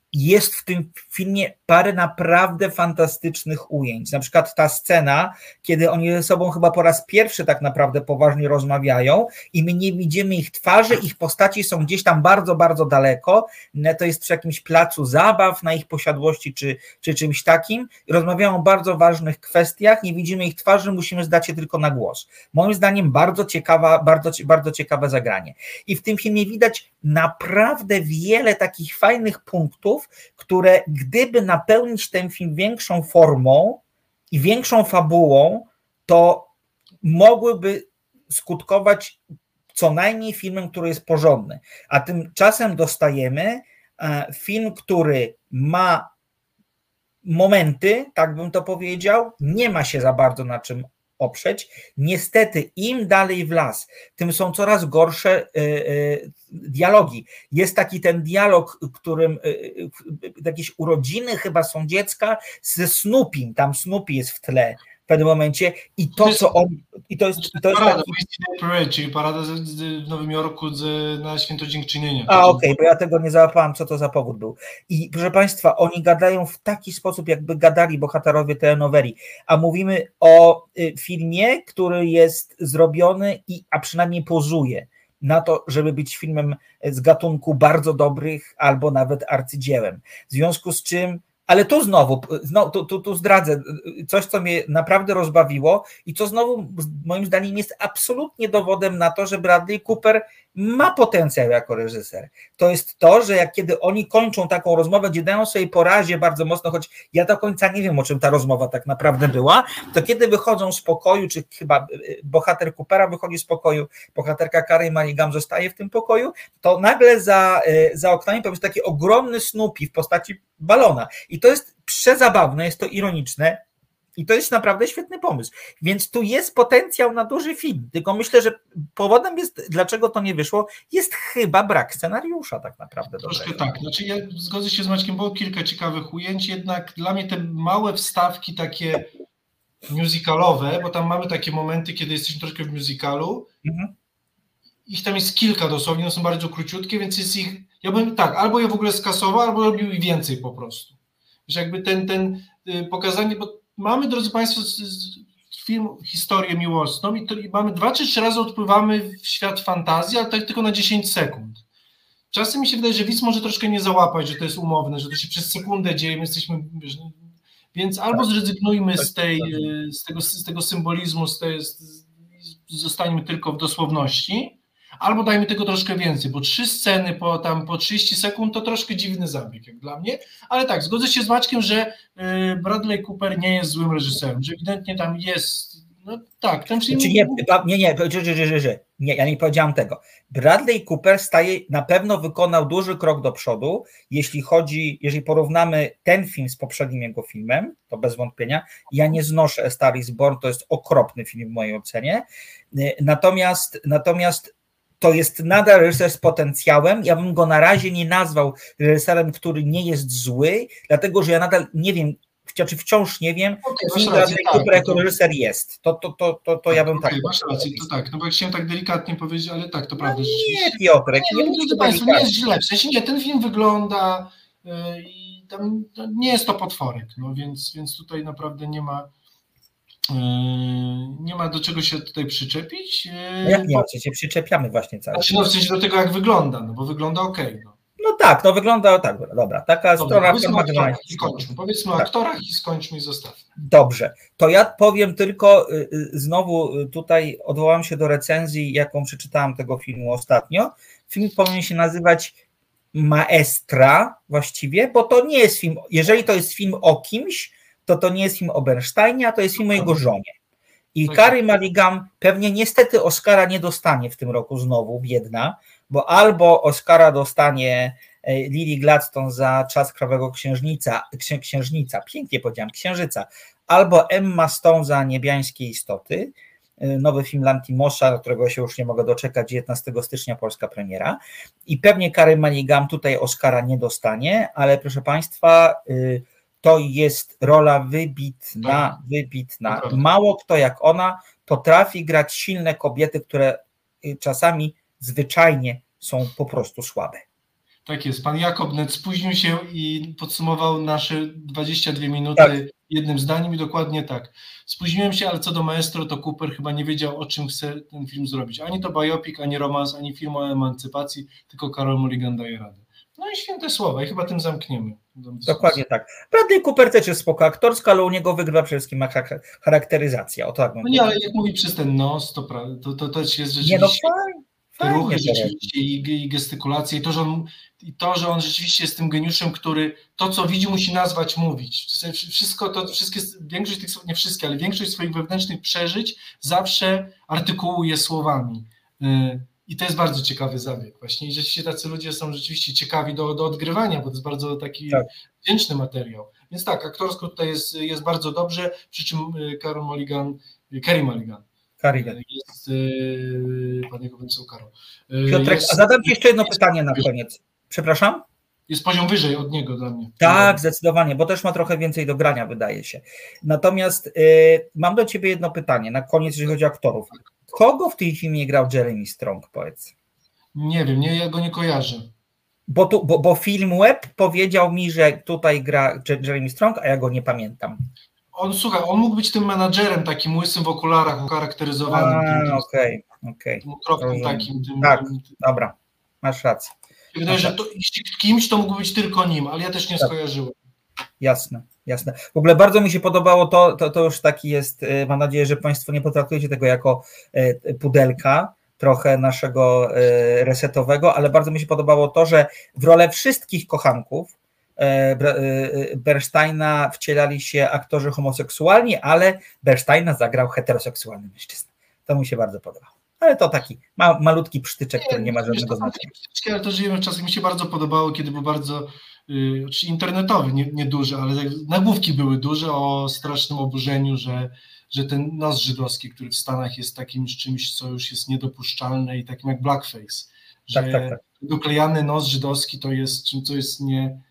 jest w tym filmie parę naprawdę fantastycznych ujęć. Na przykład ta scena, kiedy oni ze sobą chyba po raz pierwszy tak naprawdę poważnie rozmawiają i my nie widzimy ich twarzy, ich postaci są gdzieś tam bardzo, bardzo daleko. To jest przy jakimś placu zabaw na ich posiadłości czy, czy czymś takim. Rozmawiają o bardzo ważnych kwestiach, nie widzimy ich twarzy, musimy zdać się tylko na głos. Moim zdaniem bardzo ciekawa, bardzo, bardzo ciekawe zagranie. I w tym filmie widać naprawdę wiele takich fajnych punktów, które gdyby napełnić ten film większą formą i większą fabułą, to mogłyby skutkować co najmniej filmem, który jest porządny. A tymczasem dostajemy film, który ma momenty, tak bym to powiedział, nie ma się za bardzo na czym oprzeć. Niestety im dalej w las, tym są coraz gorsze y, y, dialogi. Jest taki ten dialog, którym y, y, jakieś urodziny chyba są dziecka ze Snoopym, tam Snoopy jest w tle w pewnym momencie i to, co on... I to jest, i to jest parada, taki... Parade, czyli parada w Nowym Jorku z, na Święto Dziękczynienia. A okej, okay, bo ja tego nie załapałam, co to za powód był. I proszę Państwa, oni gadają w taki sposób, jakby gadali bohaterowie telenoweli, a mówimy o filmie, który jest zrobiony, i, a przynajmniej pozuje na to, żeby być filmem z gatunku bardzo dobrych albo nawet arcydziełem. W związku z czym, ale tu znowu, znowu tu, tu, tu zdradzę coś, co mnie naprawdę rozbawiło i co znowu moim zdaniem jest absolutnie dowodem na to, że Bradley Cooper ma potencjał jako reżyser. To jest to, że jak kiedy oni kończą taką rozmowę, gdzie dają sobie po razie bardzo mocno, choć ja do końca nie wiem, o czym ta rozmowa tak naprawdę była, to kiedy wychodzą z pokoju, czy chyba bohater Coopera wychodzi z pokoju, bohaterka Carey Mulligan zostaje w tym pokoju, to nagle za, za oknami pojawi się taki ogromny Snoopy w postaci balona. I to jest przezabawne, jest to ironiczne, i to jest naprawdę świetny pomysł. Więc tu jest potencjał na duży film. Tylko myślę, że powodem jest, dlaczego to nie wyszło, jest chyba brak scenariusza tak naprawdę. Troszkę dobrego. tak. Znaczy ja zgodzę się z Maćkiem, było kilka ciekawych ujęć, jednak dla mnie te małe wstawki takie musicalowe, bo tam mamy takie momenty, kiedy jesteśmy troszkę w musicalu, mhm. ich tam jest kilka dosłownie, one są bardzo króciutkie, więc jest ich, ja bym tak, albo je w ogóle skasował, albo robił ich więcej po prostu. Że jakby ten, ten pokazanie, bo mamy, drodzy Państwo, film Historię miłosną i, to, i mamy dwa czy trzy razy odpływamy w świat fantazji, ale tak tylko na dziesięć sekund. Czasem mi się wydaje, że widz może troszkę nie załapać, że to jest umowne, że to się przez sekundę dzieje, my jesteśmy, więc albo zrezygnujmy z, tej, z, tego, z tego symbolizmu, z tej, z, zostańmy tylko w dosłowności, albo dajmy tego troszkę więcej, bo trzy sceny po, tam, po trzydzieści sekund to troszkę dziwny zabieg jak dla mnie, ale tak, zgodzę się z Maćkiem, że Bradley Cooper nie jest złym reżyserem, że ewidentnie tam jest, no tak, ten film... Znaczy nie, nie, nie, nie, nie, nie, ja nie powiedziałam tego. Bradley Cooper staje, na pewno wykonał duży krok do przodu, jeśli chodzi, jeżeli porównamy ten film z poprzednim jego filmem, to bez wątpienia, ja nie znoszę A Star is Born, to jest okropny film w mojej ocenie, natomiast, natomiast to jest nadal reżyser z potencjałem. Ja bym go na razie nie nazwał reżyserem, który nie jest zły, dlatego że ja nadal nie wiem, czy wciąż nie wiem, okay, kim Bradley Cooper jako reżyser jest. To, to, to, to, to ja bym okay, tak... Masz rację, to tak, no bo jak chciałem tak delikatnie powiedzieć, ale tak, to no prawda. Nie, Piotrek, nie, nie, nie, nie, Państwo, nie jest źle, w sensie nie, ten film wygląda yy, i tam no, nie jest to potworek, no więc, więc tutaj naprawdę nie ma nie ma do czego się tutaj przyczepić. No jak nie ma, się przyczepiamy właśnie cały czas. Znaczy, no w sensie do tego, jak wygląda, no bo wygląda okej. Okay, no. no tak, no wygląda tak, dobra, taka strona... Powiedzmy o aktorach i skończmy, powiedzmy tak. o aktorach i skończmy i zostawmy. Dobrze, to ja powiem tylko, znowu tutaj odwołam się do recenzji, jaką przeczytałem tego filmu ostatnio. Film powinien się nazywać Maestra właściwie, bo to nie jest film, jeżeli to jest film o kimś, to to nie jest film o Bernsteinie, a to jest film o jego żonie. I tak. Carey Mulligan pewnie niestety Oscara nie dostanie w tym roku znowu, biedna, bo albo Oscara dostanie Lily Gladstone za Czas Krwawego Księżnica, księ, księżnica, pięknie powiedziałam, księżyca, albo Emma Stone za Niebiańskie istoty, nowy film Lantimosza, do którego się już nie mogę doczekać, dziewiętnastego stycznia polska premiera. I pewnie Carey Mulligan tutaj Oscara nie dostanie, ale proszę Państwa, to jest rola wybitna, tak. wybitna. Mało kto jak ona potrafi grać silne kobiety, które czasami zwyczajnie są po prostu słabe. Tak jest. Pan Jakob net spóźnił się i podsumował nasze dwadzieścia dwie minuty Tak. jednym zdaniem i dokładnie tak. Spóźniłem się, ale co do Maestro, to Cooper chyba nie wiedział, o czym chce ten film zrobić. Ani to biopic, ani romans, ani film o emancypacji, tylko Carol Mulligan daje radę. No i święte słowa i chyba tym zamkniemy. Dokładnie tak. Bradley Cooper też jest spoko aktorska, ale u niego wygrywa przede wszystkim charakteryzacja. O tak. No nie, ale jak mówi przez ten nos, to, to, to też jest rzeczywiście... Nie, no fajnie. Te ruchy rzeczywiście i, i gestykulacje i to, że on, i to, że on rzeczywiście jest tym geniuszem, który to, co widzi, musi nazwać, mówić. Wszystko to, wszystkie, większość tych słów, nie wszystkie, ale większość swoich wewnętrznych przeżyć zawsze artykułuje słowami. I to jest bardzo ciekawy zabieg właśnie. I rzeczywiście tacy ludzie są rzeczywiście ciekawi do, do odgrywania, bo to jest bardzo taki tak. wdzięczny materiał. Więc tak, aktorsko tutaj jest, jest bardzo dobrze, przy czym Carol Mulligan, Carey Mulligan, Carrigan. Jest yy, pan jego Węceł Karol. Yy, Piotrek, jest, a zadam ci jeszcze jedno pytanie na koniec. Przepraszam? Jest poziom wyżej od niego dla mnie. Tak, zdecydowanie, bo też ma trochę więcej do grania, wydaje się. Natomiast yy, mam do ciebie jedno pytanie na koniec, jeżeli chodzi o aktorów. Kogo w tej filmie grał Jeremy Strong, powiedz? Nie wiem, nie, ja go nie kojarzę. Bo, tu, bo, bo film Web powiedział mi, że tutaj gra Jeremy Strong, a ja go nie pamiętam. On, słuchaj, on mógł być tym menadżerem takim łysym w okularach, ucharakteryzowanym. Okej, okej. Tym okropnym takim. Tym, tak, tym, dobra, masz rację. Wydaje, że to, jeśli kimś to mógł być tylko nim, ale ja też nie tak. skojarzyłem. Jasne, jasne. W ogóle bardzo mi się podobało to, to, to już taki jest, mam nadzieję, że Państwo nie potraktujecie tego jako pudelka, trochę naszego resetowego, ale bardzo mi się podobało to, że w rolę wszystkich kochanków Bernsteina wcielali się aktorzy homoseksualni, ale Bernsteina zagrał heteroseksualny mężczyzna. To mi się bardzo podobało. Ale to taki ma, malutki przytyczek, nie, który nie ma żadnego znaczenia. Ale to żyjemy w czasach, mi się bardzo podobało, kiedy był bardzo yy, internetowy, nie, nie duży, ale nagłówki były duże o strasznym oburzeniu, że, że ten nos żydowski, który w Stanach jest takim czymś, co już jest niedopuszczalne i takim jak blackface, że tak, tak, tak. doklejany nos żydowski to jest czym, co jest nie...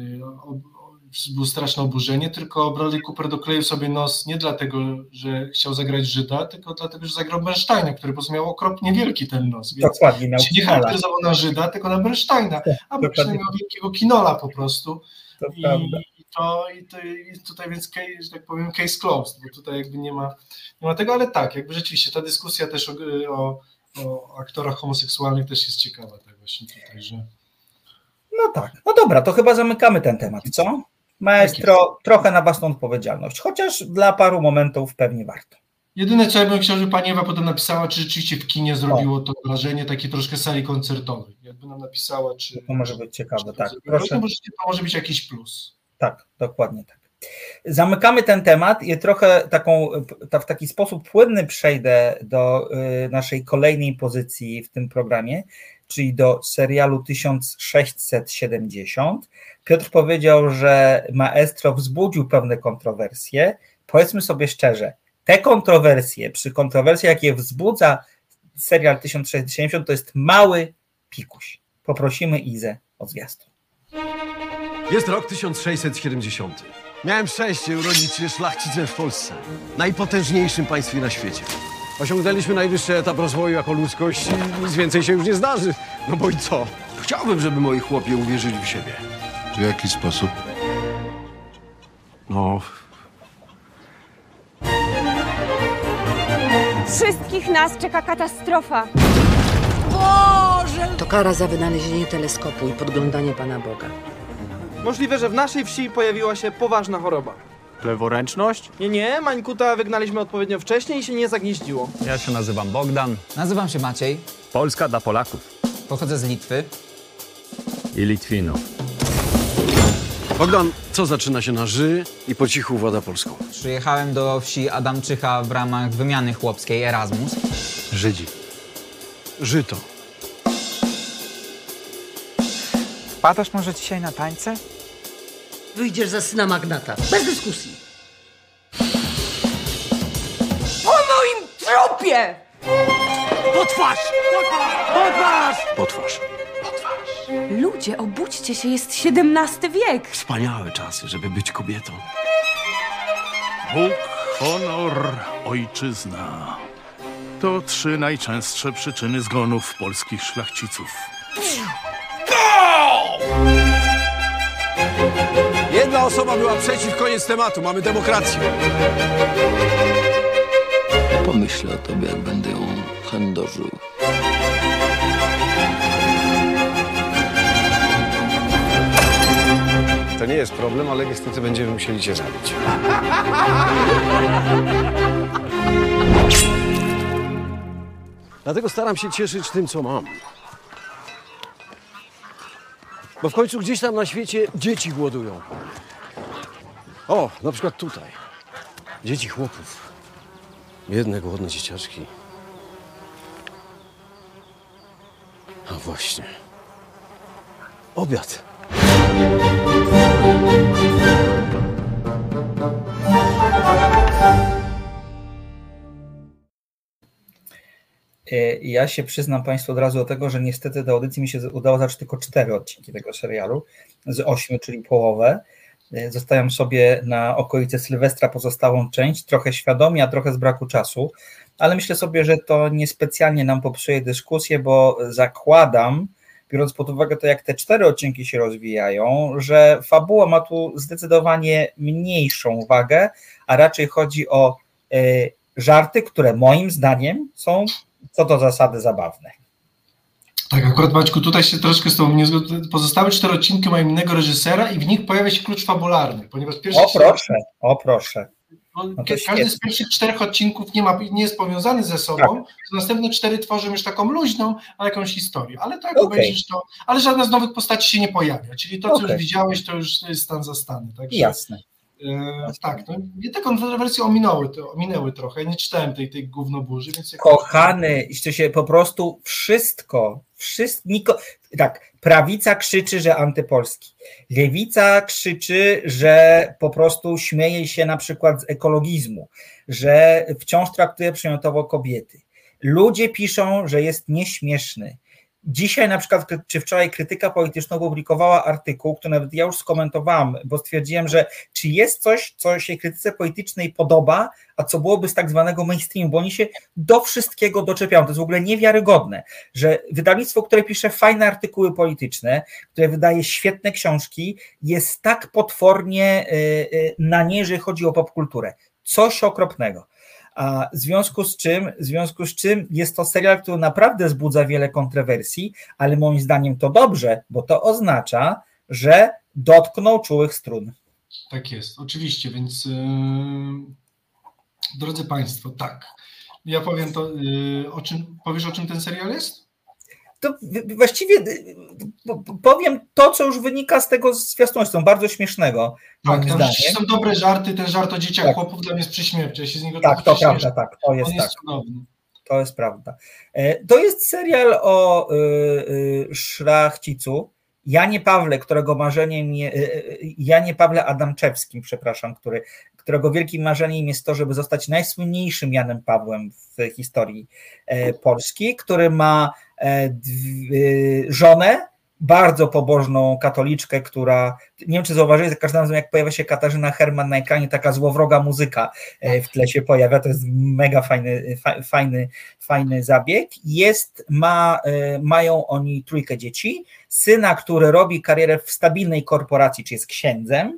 było straszne oburzenie, tylko Bradley Cooper dokleił sobie nos nie dlatego, że chciał zagrać Żyda, tylko dlatego, że zagrał Bernsteina, który po prostu miał okropnie wielki ten nos, więc dokładnie, miał się nie charakteryzował na Żyda, tylko na Bernsteina, a Bernstein miał wielkiego kinola po prostu. To I, i, to, i, to, i tutaj więc, że tak powiem, case closed, bo tutaj jakby nie ma, nie ma tego, ale tak, jakby rzeczywiście ta dyskusja też o, o, o aktorach homoseksualnych też jest ciekawa, tak właśnie tutaj, że no tak, no dobra, to chyba zamykamy ten temat, co? Maestro, trochę na własną odpowiedzialność, chociaż dla paru momentów pewnie warto. Jedyne, co ja bym chciał, żeby pani Ewa potem napisała, czy rzeczywiście w kinie zrobiło to wrażenie takiej troszkę sali koncertowej. Jakby nam napisała, czy... To może być ciekawe, tak. Proszę. To, może, to może być jakiś plus. Tak, dokładnie tak. Zamykamy ten temat i trochę taką, w taki sposób płynny przejdę do naszej kolejnej pozycji w tym programie, czyli do serialu tysiąc sześćset siedemdziesiąt. Piotr powiedział, że Maestro wzbudził pewne kontrowersje. Powiedzmy sobie szczerze, te kontrowersje, przy kontrowersjach, jakie wzbudza serial tysiąc sześćset siedemdziesiąt, to jest mały pikuś. Poprosimy Izę o zwiastun. Jest rok tysiąc sześćset siedemdziesiąty. Miałem szczęście urodzić się szlachcicem w Polsce, najpotężniejszym państwie na świecie. Osiągnęliśmy najwyższy etap rozwoju jako ludzkość i nic więcej się już nie zdarzy. No bo i co? Chciałbym, żeby moi chłopie uwierzyli w siebie. W jaki sposób? No... Wszystkich nas czeka katastrofa. Boże! To kara za wynalezienie teleskopu i podglądanie Pana Boga. Możliwe, że w naszej wsi pojawiła się poważna choroba. Leworęczność? Nie, nie, Mańkuta wygnaliśmy odpowiednio wcześniej i się nie zagnieździło. Ja się nazywam Bogdan. Nazywam się Maciej. Polska dla Polaków. Pochodzę z Litwy. I Litwinów. Bogdan, co zaczyna się na ży i po cichu włada Polską? Przyjechałem do wsi Adamczycha w ramach wymiany chłopskiej Erasmus. Żydzi. Żyto. Wpadasz może dzisiaj na tańce? Wyjdziesz za syna magnata. Bez dyskusji. Po moim trupie! Potwarz! Potwarz! Potwarz! Ludzie, obudźcie się, jest siedemnasty wiek. Wspaniałe czasy, żeby być kobietą. Bóg, honor, ojczyzna. To trzy najczęstsze przyczyny zgonów polskich szlachciców. Jedna osoba była przeciw, koniec tematu. Mamy demokrację. Pomyślę o tobie, jak będę ją chędożył. To nie jest problem, ale niestety będziemy musieli cię zabić. Dlatego staram się cieszyć tym, co mam. Bo w końcu gdzieś tam na świecie dzieci głodują. O, na przykład tutaj. Dzieci chłopów. Biedne, głodne dzieciaczki. A właśnie. Obiad. Ja się przyznam Państwu od razu do tego, że niestety do audycji mi się udało zacząć tylko cztery odcinki tego serialu z ośmiu, czyli połowę. Zostawiam sobie na okolice Sylwestra pozostałą część, trochę świadomie, a trochę z braku czasu, ale myślę sobie, że to niespecjalnie nam popsuje dyskusję, bo zakładam, biorąc pod uwagę to, jak te cztery odcinki się rozwijają, że fabuła ma tu zdecydowanie mniejszą wagę, a raczej chodzi o y, żarty, które moim zdaniem są co do zasady zabawne. Tak, akurat Maćku, tutaj się troszkę z tobą nie zgodzę. Pozostałe cztery odcinki mają innego reżysera i w nich pojawia się klucz fabularny, ponieważ pierwszy... O proszę, o proszę. No każdy z pierwszych czterech odcinków nie, ma, nie jest powiązany ze sobą, tak. Następne cztery tworzą już taką luźną, ale jakąś historię. Ale tak, okay. Obejrzysz to, ale żadna z nowych postaci się nie pojawia, czyli to, co okay. już widziałeś, to już jest stan zastany. Także, jasne. E, tak, no, mnie te kontrowersje ominęły, to, ominęły trochę, ja nie czytałem tej, tej gównoburzy, więc... Jak... Kochany, to się po prostu wszystko, wszystko, niko, tak, prawica krzyczy, że antypolski, lewica krzyczy, że po prostu śmieje się na przykład z ekologizmu, że wciąż traktuje przymiotowo kobiety. Ludzie piszą, że jest nieśmieszny. Dzisiaj na przykład, czy wczoraj Krytyka Polityczna opublikowała artykuł, który nawet ja już skomentowałam, bo stwierdziłem, że czy jest coś, co się krytyce politycznej podoba, a co byłoby z tak zwanego mainstreamu, bo oni się do wszystkiego doczepiają. To jest w ogóle niewiarygodne, że wydawnictwo, które pisze fajne artykuły polityczne, które wydaje świetne książki, jest tak potwornie na nie, jeżeli chodzi o popkulturę. Coś okropnego. A w związku z czym, w związku z czym jest to serial, który naprawdę wzbudza wiele kontrowersji, ale moim zdaniem to dobrze, bo to oznacza, że dotknął czułych strun. Tak jest, oczywiście, więc yy, drodzy Państwo, tak. Ja powiem to, yy, o czym, powiesz, o czym ten serial jest? To właściwie powiem to, co już wynika z tego zwiastunu, są bardzo śmiesznego. Tak, tam są dobre żarty, ten żart o dzieciach tak. Chłopów dla mnie jest przyśmiewczy, ja się z niego tak, to prawda, tak, to jest, On jest tak. cudowny. To jest prawda. To jest serial o y, y, szlachcicu, Janie Pawle, którego marzeniem je, y, Janie Pawle Adamczewskim, przepraszam, który, którego wielkim marzeniem jest to, żeby zostać najsłynniejszym Janem Pawłem w historii e, Polski, który ma e, d, y, żonę, bardzo pobożną katoliczkę, która, nie wiem czy zauważyłeś, za każdym razem jak pojawia się Katarzyna Herman na ekranie, taka złowroga muzyka w tle się pojawia, to jest mega fajny, fajny, fajny zabieg. Jest, ma, mają oni trójkę dzieci, syna, który robi karierę w stabilnej korporacji, czy jest księdzem,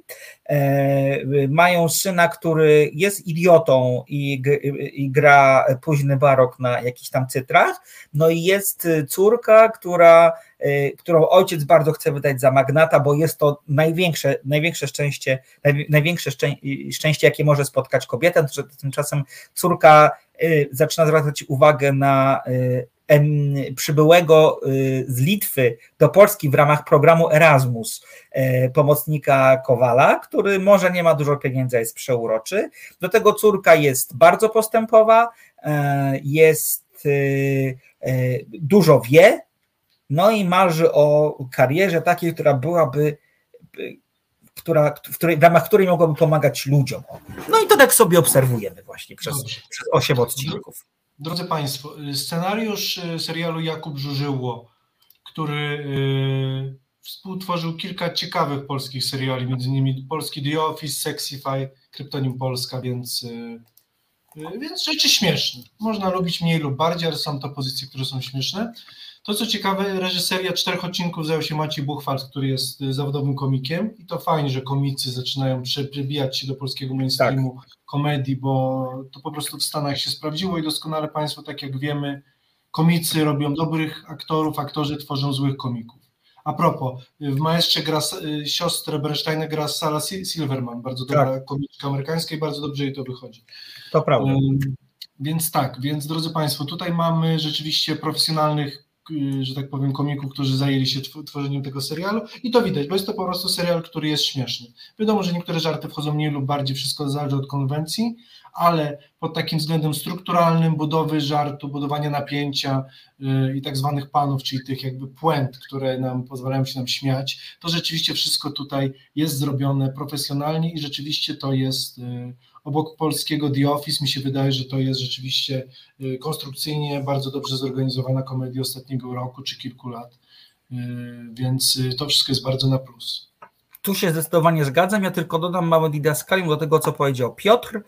mają syna, który jest idiotą i, i gra późny barok na jakichś tam cytrach, no i jest córka, która którą ojciec bardzo chce wydać za magnata, bo jest to największe, największe szczęście, największe szczęście, jakie może spotkać kobietę. Tymczasem córka zaczyna zwracać uwagę na przybyłego z Litwy do Polski w ramach programu Erasmus, pomocnika Kowala, który może nie ma dużo pieniędzy, jest przeuroczy. Do tego córka jest bardzo postępowa, jest dużo wie, no i marzy o karierze takiej, która byłaby, która, w, której, w ramach której mogłaby pomagać ludziom. No i to tak sobie obserwujemy właśnie przez, przez osiem odcinków. Drodzy Państwo, scenariusz serialu Jakub Żużyło, który współtworzył kilka ciekawych polskich seriali, między innymi polski The Office, Sexify, Kryptonim Polska, więc Więc rzeczy śmieszne. Można lubić mniej lub bardziej, ale są to pozycje, które są śmieszne. To co ciekawe, reżyseria czterech odcinków zajął się Maciej Buchwald, który jest zawodowym komikiem i to fajnie, że komicy zaczynają przebijać się do polskiego mainstreamu tak. komedii, bo to po prostu w Stanach się sprawdziło i doskonale Państwo, tak jak wiemy, komicy robią dobrych aktorów, aktorzy tworzą złych komików. A propos, w Maestrze gra siostrę Bernsteina gra Sarah Silverman, bardzo dobra tak. komiczka amerykańska i bardzo dobrze jej to wychodzi. To prawda. Um, więc tak, więc drodzy Państwo, tutaj mamy rzeczywiście profesjonalnych, że tak powiem, komików, którzy zajęli się tworzeniem tego serialu i to widać, bo jest to po prostu serial, który jest śmieszny. Wiadomo, że niektóre żarty wchodzą mniej lub bardziej, wszystko zależy od konwencji, ale pod takim względem strukturalnym, budowy żartu, budowania napięcia yy, i tak zwanych panów, czyli tych jakby puent, które nam pozwalają się nam śmiać, to rzeczywiście wszystko tutaj jest zrobione profesjonalnie i rzeczywiście to jest yy, obok polskiego The Office, mi się wydaje, że to jest rzeczywiście yy, konstrukcyjnie bardzo dobrze zorganizowana komedia ostatniego roku czy kilku lat, yy, więc yy, to wszystko jest bardzo na plus. Tu się zdecydowanie zgadzam, ja tylko dodam małe didaskalium do tego, co powiedział Piotr.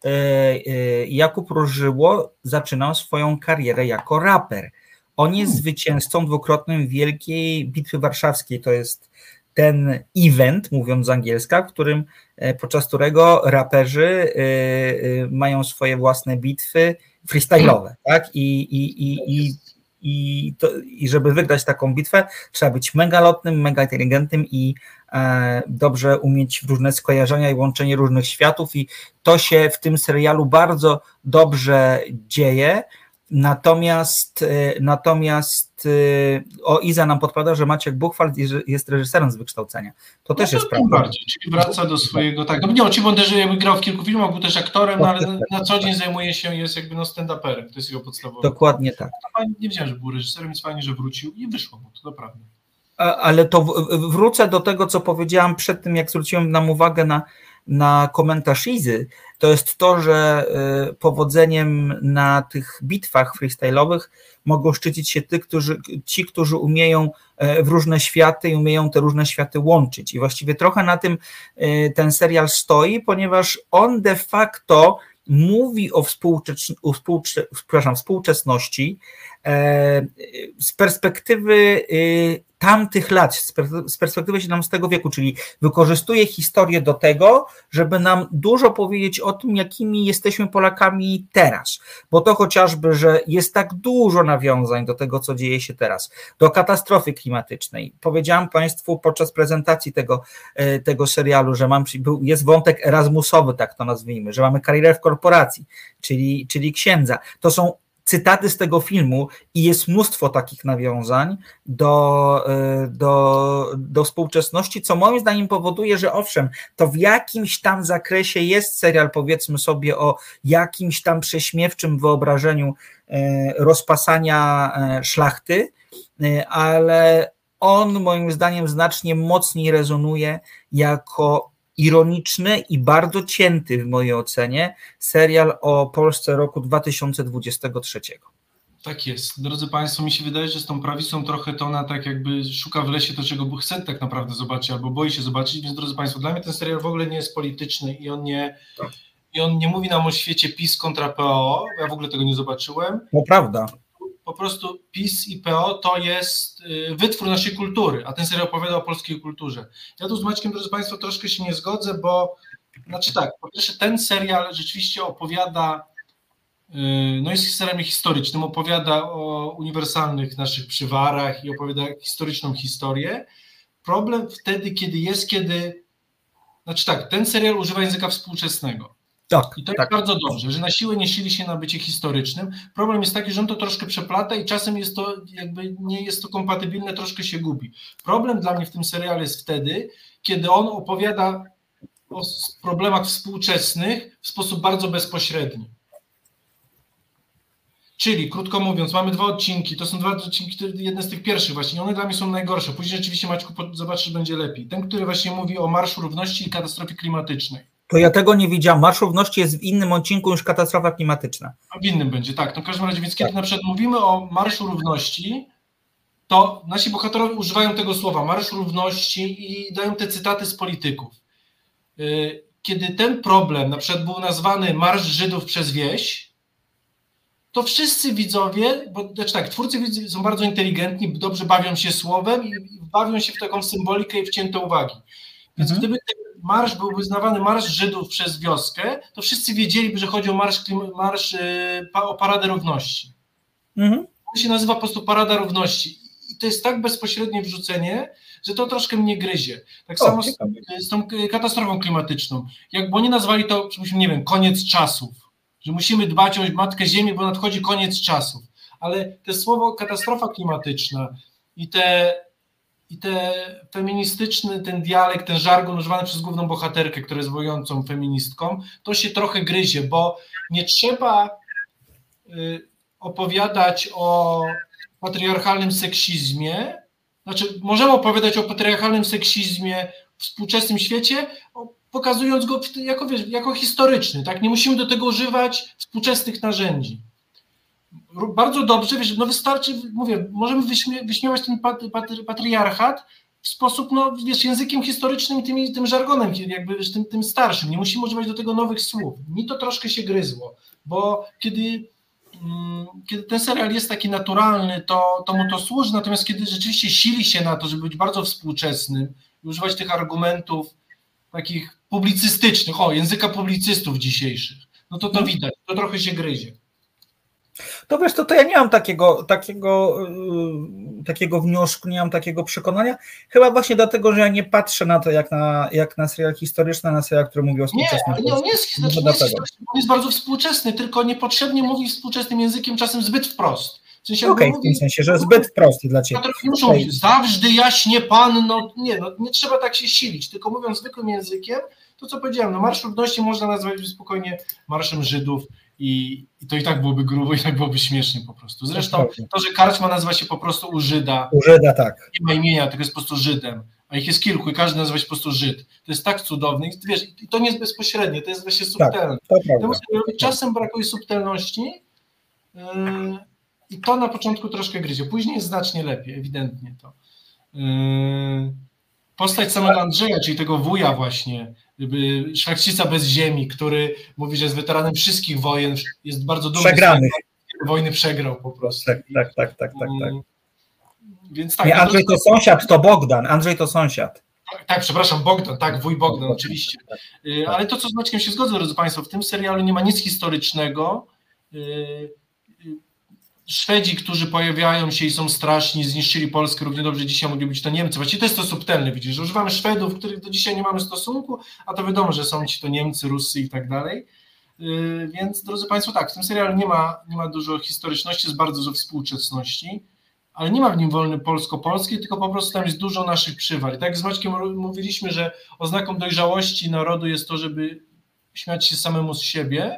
Jakub Różyło zaczynał swoją karierę jako raper. On jest zwycięzcą dwukrotnym Wielkiej Bitwy Warszawskiej, to jest ten event, mówiąc z angielska, w którym podczas którego raperzy mają swoje własne bitwy freestyle'owe, tak? I, i, i, i I, to, I żeby wygrać taką bitwę, trzeba być mega lotnym, mega inteligentnym i e, dobrze umieć różne skojarzenia i łączenie różnych światów i to się w tym serialu bardzo dobrze dzieje. Natomiast, e, natomiast e, o Iza nam podpada, że Maciek Buchwald jest reżyserem z wykształcenia. To no też to jest prawda. Bardziej, czyli wraca do swojego, tak, no nie, oczywiście on też jakby grał w kilku filmach, był też aktorem, no, ale na co dzień zajmuje się, jest jakby no stand-uperem, to jest jego podstawowe. Dokładnie tak. Nie wiedziałem, że był reżyserem, więc fajnie, że wrócił i wyszło mu, to naprawdę. Ale to wrócę do tego, co powiedziałam przed tym, jak zwróciłem nam uwagę na, na komentarz Izy, to jest to, że powodzeniem na tych bitwach freestyle'owych mogą szczycić się ty, którzy, ci, którzy umieją w różne światy i umieją te różne światy łączyć. I właściwie trochę na tym ten serial stoi, ponieważ on de facto mówi o, współczes- o współcze- przepraszam, współczesności z perspektywy tamtych lat, z perspektywy siedemnastego wieku, czyli wykorzystuje historię do tego, żeby nam dużo powiedzieć o tym, jakimi jesteśmy Polakami teraz, bo to chociażby, że jest tak dużo nawiązań do tego, co dzieje się teraz, do katastrofy klimatycznej. Powiedziałam Państwu podczas prezentacji tego, tego serialu, że mam, jest wątek erasmusowy, tak to nazwijmy, że mamy karierę w korporacji, czyli, czyli księdza. To są cytaty z tego filmu i jest mnóstwo takich nawiązań do, do, do współczesności, co moim zdaniem powoduje, że owszem, to w jakimś tam zakresie jest serial, powiedzmy sobie, o jakimś tam prześmiewczym wyobrażeniu rozpasania szlachty, ale on moim zdaniem znacznie mocniej rezonuje jako ironiczny i bardzo cięty w mojej ocenie serial o Polsce roku dwa tysiące dwudziestego trzeciego. Tak jest. Drodzy Państwo, mi się wydaje, że z tą prawicą trochę to ona tak jakby szuka w lesie to, czego by chce tak naprawdę zobaczyć, albo boi się zobaczyć, więc drodzy Państwo, dla mnie ten serial w ogóle nie jest polityczny i on nie, i on nie mówi nam o świecie PiS kontra P O, ja w ogóle tego nie zobaczyłem. No prawda. Po prostu PiS i P O to jest wytwór naszej kultury, a ten serial opowiada o polskiej kulturze. Ja tu z Maćkiem, drodzy Państwo, troszkę się nie zgodzę, bo znaczy tak, po pierwsze ten serial rzeczywiście opowiada, no jest serialem historycznym, opowiada o uniwersalnych naszych przywarach i opowiada historyczną historię. Problem wtedy, kiedy jest, kiedy, znaczy tak, ten serial używa języka współczesnego. Tak, I to jest tak. bardzo dobrze, że na siłę nie sili się na bycie historycznym. Problem jest taki, że on to troszkę przeplata i czasem jest to jakby nie jest to kompatybilne, troszkę się gubi. Problem dla mnie w tym serialu jest wtedy, kiedy on opowiada o problemach współczesnych w sposób bardzo bezpośredni. Czyli, krótko mówiąc, mamy dwa odcinki, to są dwa odcinki, jedne z tych pierwszych właśnie, one dla mnie są najgorsze. Później rzeczywiście, Maćku, zobaczysz, będzie lepiej. Ten, który właśnie mówi o Marszu Równości i katastrofie klimatycznej. To ja tego nie widziałam. Marsz Równości jest w innym odcinku niż katastrofa klimatyczna. A w innym będzie, tak. No w każdym razie, więc kiedy tak. na przykład mówimy o Marszu Równości, to nasi bohaterowie używają tego słowa, Marsz Równości i dają te cytaty z polityków. kiedy ten problem na przykład był nazwany Marsz Żydów przez wieś, to wszyscy widzowie, bo znaczy tak, twórcy są bardzo inteligentni, dobrze bawią się słowem i bawią się w taką symbolikę i wcięte uwagi. Więc mhm. gdyby ten marsz był uznawany Marsz Żydów przez wioskę, to wszyscy wiedzieliby, że chodzi o marsz, marsz o Paradę Równości. Mhm. On się nazywa po prostu Parada Równości. I to jest tak bezpośrednie wrzucenie, że to troszkę mnie gryzie. Tak o, samo z, z tą katastrofą klimatyczną. Jakby oni nazwali to, nie wiem, koniec czasów, że musimy dbać o Matkę Ziemię, bo nadchodzi koniec czasów. Ale to słowo katastrofa klimatyczna i te, i te feministyczny, ten dialekt, ten żargon używany przez główną bohaterkę, która jest wojującą feministką, to się trochę gryzie, bo nie trzeba y, opowiadać o patriarchalnym seksizmie, znaczy możemy opowiadać o patriarchalnym seksizmie w współczesnym świecie, pokazując go jako, wiesz, jako historyczny, tak? Nie musimy do tego używać współczesnych narzędzi. Bardzo dobrze, wiesz, no wystarczy, mówię, możemy wyśmie, wyśmiewać ten patry, patry, patriarchat w sposób, no wiesz, językiem historycznym i tym, tym żargonem, jakby wiesz, tym, tym starszym. Nie musimy używać do tego nowych słów. Mi to troszkę się gryzło, bo kiedy, mm, kiedy ten serial jest taki naturalny, to, to mu to służy, natomiast kiedy rzeczywiście sili się na to, żeby być bardzo współczesnym i używać tych argumentów takich publicystycznych, o, języka publicystów dzisiejszych, no to to widać, to trochę się gryzie. To wiesz, to, to ja nie mam takiego, takiego, yy, takiego wniosku, nie mam takiego przekonania, chyba właśnie dlatego, że ja nie patrzę na to jak na, jak na serial historyczny, na serial, który mówi o współczesnym. Nie, nie, on jest historyczny, on jest, historyczny, on jest bardzo współczesny, tylko niepotrzebnie mówi współczesnym językiem, czasem zbyt wprost. W sensie, Okej, okay, w tym sensie, że zbyt prosty dla ciebie. Muszą okay. mówić, zawsze jaśnie panno, nie, no, nie trzeba tak się silić, tylko mówiąc zwykłym językiem, to co powiedziałem, no Marsz Równości można nazwać spokojnie Marszem Żydów i, i to i tak byłoby grubo, i tak byłoby śmiesznie po prostu. Zresztą to, że karczma nazywa się po prostu u Żyda, u Żyda, tak. Nie ma imienia, tylko jest po prostu Żydem, a ich jest kilku i każdy nazywa się po prostu Żyd. To jest tak cudowne i wiesz, i to nie jest bezpośrednie, to jest właśnie subtelne. Tak, to czasem brakuje subtelności, yy, i to na początku troszkę gryzie, później jest znacznie lepiej, ewidentnie to. Postać samego Andrzeja, czyli tego wuja właśnie, szlachcica bez ziemi, który mówi, że jest weteranem wszystkich wojen, jest bardzo dumny, przegranych. Że wojny przegrał po prostu. Tak, tak, tak, tak, tak. tak. Więc tak, nie, Andrzej to sąsiad, to Bogdan, Andrzej to sąsiad. Tak, tak, przepraszam, Bogdan, tak, wuj Bogdan, oczywiście. Ale to, co z Maćkiem się zgodzę, drodzy Państwo, w tym serialu nie ma nic historycznego. Szwedzi, którzy pojawiają się i są straszni, zniszczyli Polskę, równie dobrze dzisiaj mogli być to Niemcy. Właściwie to jest to subtelne, widzisz, że używamy Szwedów, których do dzisiaj nie mamy stosunku, a to wiadomo, że są ci to Niemcy, Rusy i tak dalej. Yy, więc, drodzy Państwo, tak, w tym serialu nie ma, nie ma dużo historyczności, jest bardzo dużo współczesności, ale nie ma w nim wolny polsko-polskiej, tylko po prostu tam jest dużo naszych przywar. I tak jak z Maćkiem mówiliśmy, że oznaką dojrzałości narodu jest to, żeby śmiać się samemu z siebie.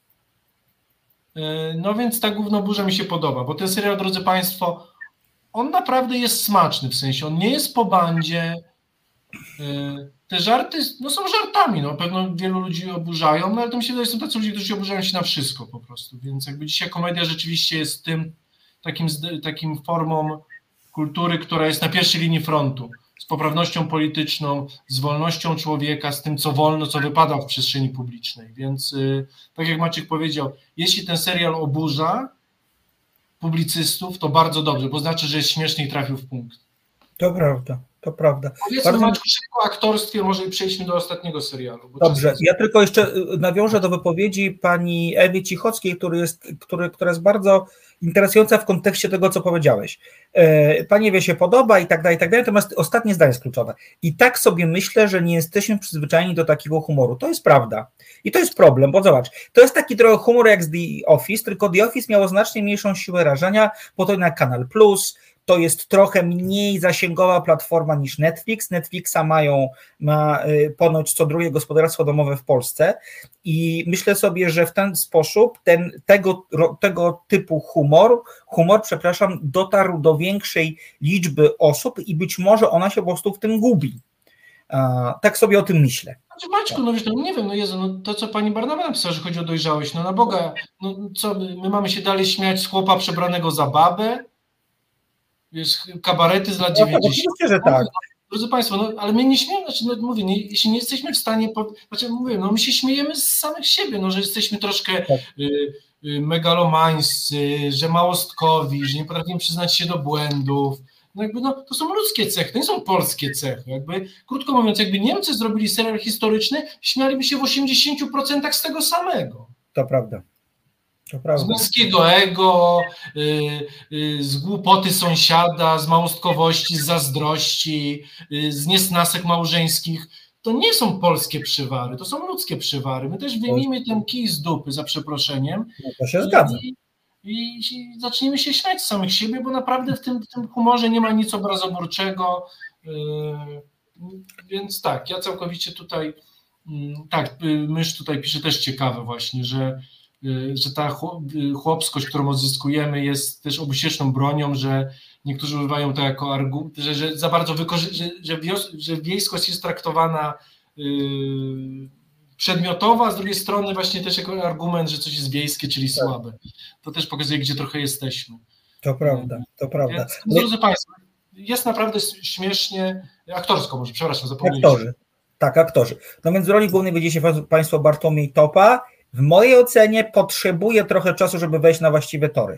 No więc ta główna burza mi się podoba, bo ten serial, drodzy Państwo, on naprawdę jest smaczny, w sensie on nie jest po bandzie, te żarty no są żartami, no pewno wielu ludzi oburzają, no ale to mi się wydaje, że są tacy ludzie, którzy oburzają się na wszystko po prostu, więc jakby dzisiaj komedia rzeczywiście jest tym takim, takim formą kultury, która jest na pierwszej linii frontu, z poprawnością polityczną, z wolnością człowieka, z tym, co wolno, co wypada w przestrzeni publicznej. Więc yy, tak jak Maciek powiedział, jeśli ten serial oburza publicystów, to bardzo dobrze, bo znaczy, że jest śmieszny i trafił w punkt. To prawda, to prawda. Powiedzmy bardzo... Maćku szybko o aktorstwie, może przejdźmy do ostatniego serialu. Dobrze, jest... ja tylko jeszcze nawiążę do wypowiedzi pani Ewy Cichockiej, który jest, który, która jest bardzo interesująca w kontekście tego, co powiedziałeś. Pani Ewie się podoba i tak dalej, i tak dalej, natomiast ostatnie zdanie jest kluczowe. I tak sobie myślę, że nie jesteśmy przyzwyczajeni do takiego humoru. To jest prawda. I to jest problem, bo zobacz, to jest taki trochę humor jak z The Office, tylko The Office miało znacznie mniejszą siłę rażenia, bo to na Kanal Plus, to jest trochę mniej zasięgowa platforma niż Netflix. Netflixa mają, ma ponoć co drugie gospodarstwo domowe w Polsce i myślę sobie, że w ten sposób ten, tego, tego typu humor, humor, przepraszam, dotarł do większej liczby osób i być może ona się po prostu w tym gubi. Tak sobie o tym myślę. Znaczy Maćku, no wiesz, no nie wiem, no Jezu, no to co pani Barnawa napisała, że chodzi o dojrzałość, no na Boga, no co, my mamy się dalej śmiać z chłopa przebranego za babę? Wiesz, kabarety z lat dziewięćdziesiątych. Oczywiście, że tak. drodzy Państwo, no, ale my nie śmiejemy, znaczy, no, mówię, nie, jeśli nie jesteśmy w stanie, po, znaczy, mówię, no my się śmiejemy z samych siebie, no, że jesteśmy troszkę tak. y, y, megalomańscy, że małostkowi, że nie potrafimy przyznać się do błędów. No jakby, no, to są ludzkie cechy, to nie są polskie cechy. Jakby, krótko mówiąc, jakby Niemcy zrobili serial historyczny, śmialiby się w osiemdziesięciu procentach z tego samego. To prawda. To prawda. Z męskiego ego, y, y, z głupoty sąsiada, z małostkowości, z zazdrości, y, z niesnasek małżeńskich. To nie są polskie przywary, to są ludzkie przywary. My też wyjmijmy ten kij z dupy, za przeproszeniem. No to się zgadza. I, i, i zacznijmy się śmiać z samych siebie, bo naprawdę w tym, w tym humorze nie ma nic obrazoburczego. Y, więc tak, ja całkowicie tutaj, y, tak, y, Mysz tutaj pisze też ciekawe właśnie, że że ta chłopskość, którą odzyskujemy, jest też obusieczną bronią, że niektórzy używają to jako argument, że, że za bardzo wykorzy- że, że, wios- że wiejskość jest traktowana yy, przedmiotowa, a z drugiej strony właśnie też jako argument, że coś jest wiejskie, czyli tak. słabe. To też pokazuje, gdzie trochę jesteśmy. To prawda, to prawda. Więc, no, drodzy Państwo, jest naprawdę śmiesznie, aktorsko może, przepraszam, zapomnieliśmy. Aktorzy, tak, aktorzy. No więc w roli głównej widzicie Państwo Bartłomiej Topa. W mojej ocenie potrzebuje trochę czasu, żeby wejść na właściwe tory.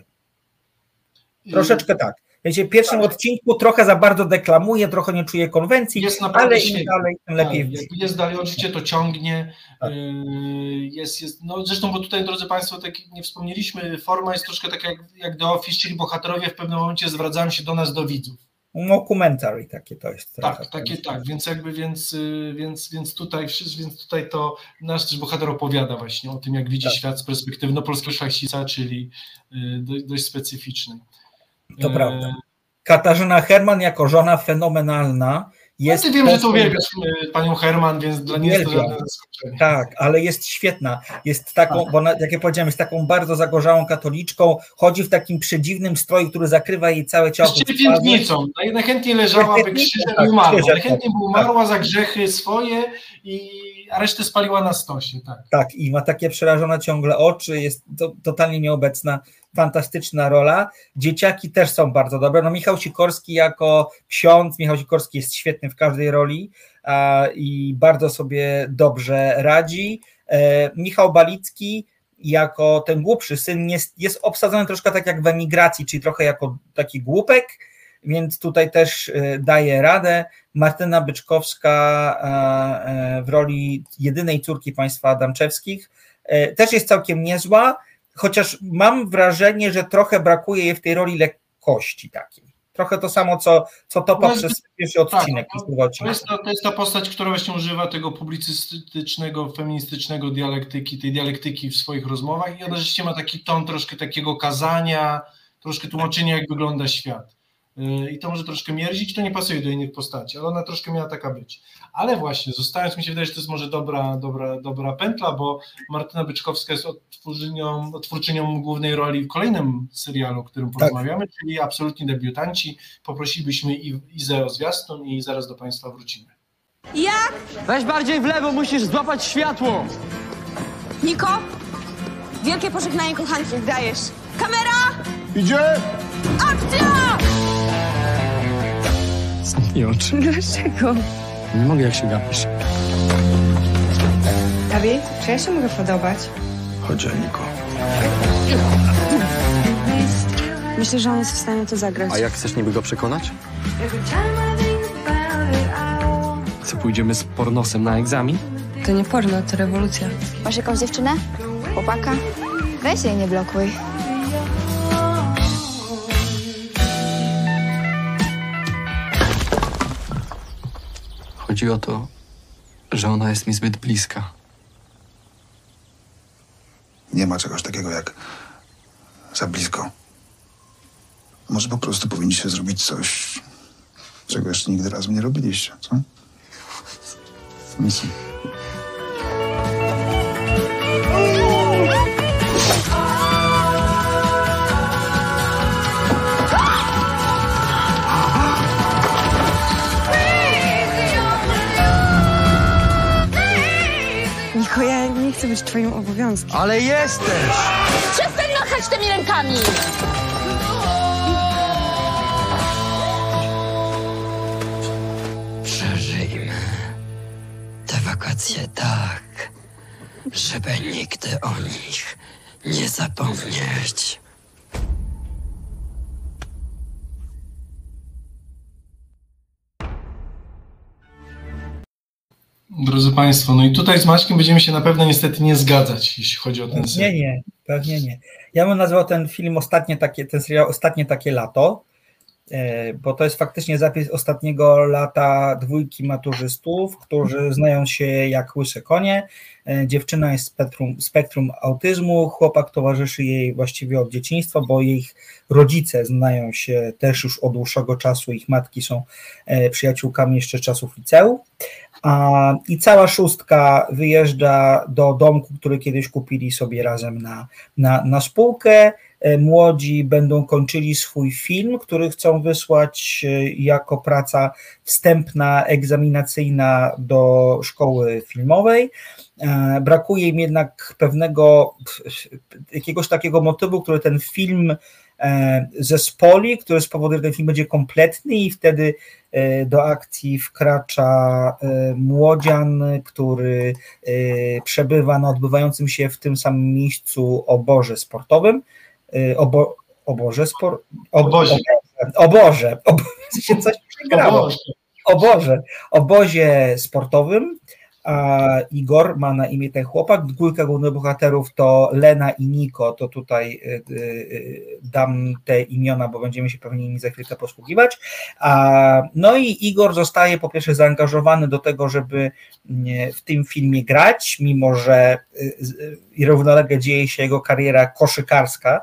Troszeczkę tak. Wiecie, w pierwszym tak. odcinku trochę za bardzo deklamuje, trochę nie czuje konwencji, jest ale im dalej, tym lepiej. Tak, jak jest dalej, oczywiście to ciągnie. Tak. Jest, jest, no zresztą, bo tutaj, drodzy Państwo, tak nie wspomnieliśmy, forma jest troszkę taka jak, jak The Office, czyli bohaterowie w pewnym momencie zwracają się do nas, do widzów. Mockumentary takie to jest. Tak, takie tak, więc jakby, więc, więc, więc, tutaj, więc tutaj to nasz też bohater opowiada właśnie o tym, jak widzi tak. świat z perspektywy no, polskiego szlachcica, czyli dość, dość specyficznej. To e... prawda. Katarzyna Herman jako żona fenomenalna. Jest no ty wiem, że to uwielbiasz panią Herman, więc dla niej jest to żadne zaskoczenie. Tak, ale jest świetna. Jest taką, tak. bo ona, jak ja powiedziałem, jest taką bardzo zagorzałą katoliczką, chodzi w takim przedziwnym stroju, który zakrywa jej całe ciało. Jest piętnicą. Najchętniej leżałaby krzyżem tak, i umarła. Najchętniej by umarła tak. za grzechy swoje, i, a resztę spaliła na stosie. Tak. tak, i ma takie przerażone ciągle oczy, jest to, totalnie nieobecna. Fantastyczna rola. Dzieciaki też są bardzo dobre. No Michał Sikorski jako ksiądz, Michał Sikorski jest świetny w każdej roli a, i bardzo sobie dobrze radzi. E, Michał Balicki jako ten głupszy syn jest, jest obsadzony troszkę tak jak w Emigracji, czyli trochę jako taki głupek, więc tutaj też e, daje radę. Martyna Byczkowska e, e, w roli jedynej córki państwa Adamczewskich e, też jest całkiem niezła, chociaż mam wrażenie, że trochę brakuje jej w tej roli lekkości takiej. Trochę to samo, co, co Topa no przez pierwszy odcinek. Tak, to, jest ta, to jest ta postać, która właśnie używa tego publicystycznego, feministycznego dialektyki, tej dialektyki w swoich rozmowach i ona rzeczywiście ma taki ton troszkę takiego kazania, troszkę tłumaczenia, jak wygląda świat. I to może troszkę mierzić, to nie pasuje do innych postaci, ale ona troszkę miała taka być. Ale właśnie, zostając, mi się wydaje, że to jest może dobra, dobra, dobra pętla, bo Martyna Byczkowska jest odtwórczynią, odtwórczynią głównej roli w kolejnym serialu, o którym porozmawiamy, tak. czyli Absolutni debiutanci. Poprosilibyśmy Izę o zwiastun i zaraz do Państwa wrócimy. Jak? Weź bardziej w lewo, musisz złapać światło. Niko? Wielkie pożegnanie kochanki, jak dajesz. Kamera! Idzie! Akcja! Zamknij oczy. Dlaczego? Nie mogę, jak się gapisz. Abi, czy ja się mogę podobać? Chodź, Niko. Myślę, że on jest w stanie to zagrać. A jak chcesz niby go przekonać? Co, pójdziemy z pornosem na egzamin? To nie porno, to rewolucja. Masz jakąś dziewczynę? Chłopaka? Weź jej, nie blokuj. Chodzi o to, że ona jest mi zbyt bliska. Nie ma czegoś takiego jak za blisko. Może po prostu powinniście zrobić coś, czego jeszcze nigdy razem nie robiliście, co? Nic. Niko, ja nie chcę być twoim obowiązkiem. Ale jesteś! Przestań machać tymi rękami! rację tak, żeby nigdy o nich nie zapomnieć. Drodzy Państwo, no i tutaj z Maćkiem będziemy się na pewno niestety nie zgadzać, jeśli chodzi o ten serial. Nie, nie, pewnie nie. Ja bym nazwał ten film ostatnie takie, ten serial Ostatnie takie lato, bo to jest faktycznie zapis ostatniego lata dwójki maturzystów, którzy znają się jak łyse konie. Dziewczyna jest spektrum, spektrum autyzmu, chłopak towarzyszy jej właściwie od dzieciństwa, bo ich rodzice znają się też już od dłuższego czasu, ich matki są przyjaciółkami jeszcze z czasów liceum. A, i cała szóstka wyjeżdża do domku, który kiedyś kupili sobie razem na, na, na spółkę. Młodzi będą kończyli swój film, który chcą wysłać jako praca wstępna, egzaminacyjna do szkoły filmowej. Brakuje im jednak pewnego, jakiegoś takiego motywu, który ten film zespoli, który spowoduje, że ten film będzie kompletny i wtedy do akcji wkracza młodzian, który przebywa na odbywającym się w tym samym miejscu obozie sportowym. Obo, oboże spor, obozie. Oboże, oboże, się coś przegrało. O Boże, obozie sportowym. A Igor ma na imię ten chłopak. Dwójka głównych bohaterów to Lena i Niko, to tutaj y, y, dam te imiona, bo będziemy się pewnie nimi za chwilkę posługiwać. A, no i Igor zostaje po pierwsze zaangażowany do tego, żeby w tym filmie grać, mimo że y, y, równolegle dzieje się jego kariera koszykarska.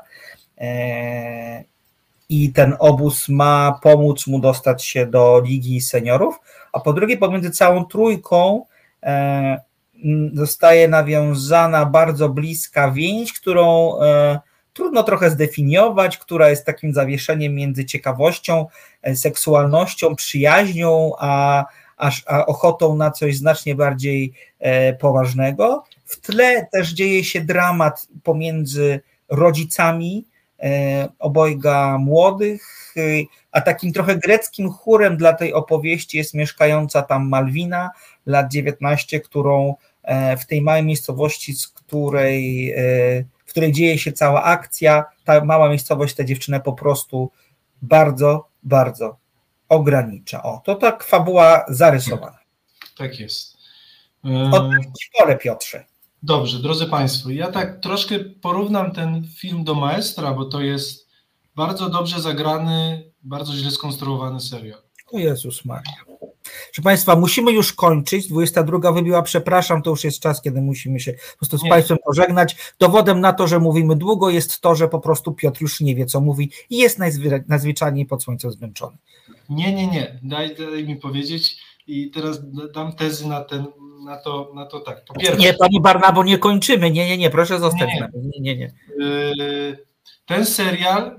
E, I ten obóz ma pomóc mu dostać się do Ligi Seniorów, a po drugie pomiędzy całą trójką e, zostaje nawiązana bardzo bliska więź, którą e, trudno trochę zdefiniować, która jest takim zawieszeniem między ciekawością, e, seksualnością, przyjaźnią, a, a, a ochotą na coś znacznie bardziej e, poważnego. W tle też dzieje się dramat pomiędzy rodzicami obojga młodych, a takim trochę greckim chórem dla tej opowieści jest mieszkająca tam Malwina, lat dziewiętnaście, którą w tej małej miejscowości, z której, w której dzieje się cała akcja, ta mała miejscowość tę dziewczynę po prostu bardzo, bardzo ogranicza. O, to tak fabuła zarysowana. Tak jest. Oddam ci pole, Piotrze. Dobrze, drodzy Państwo, ja tak troszkę porównam ten film do Maestra, bo to jest bardzo dobrze zagrany, bardzo źle skonstruowany serial. O Jezus Maria. Proszę Państwa, musimy już kończyć, dwudziesta druga wybiła, przepraszam, to już jest czas, kiedy musimy się po prostu z nie. Państwem pożegnać. Dowodem na to, że mówimy długo, jest to, że po prostu Piotr już nie wie, co mówi i jest najzwy- najzwyczajniej pod słońcem zmęczony. Nie, nie, nie, daj, daj mi powiedzieć i teraz dam tezy na ten Na to, na to tak. Po pierwsze, nie, Panie Barnabo, nie kończymy. Nie, nie, nie, proszę zostać. Nie, nie, nie. nie. Ten serial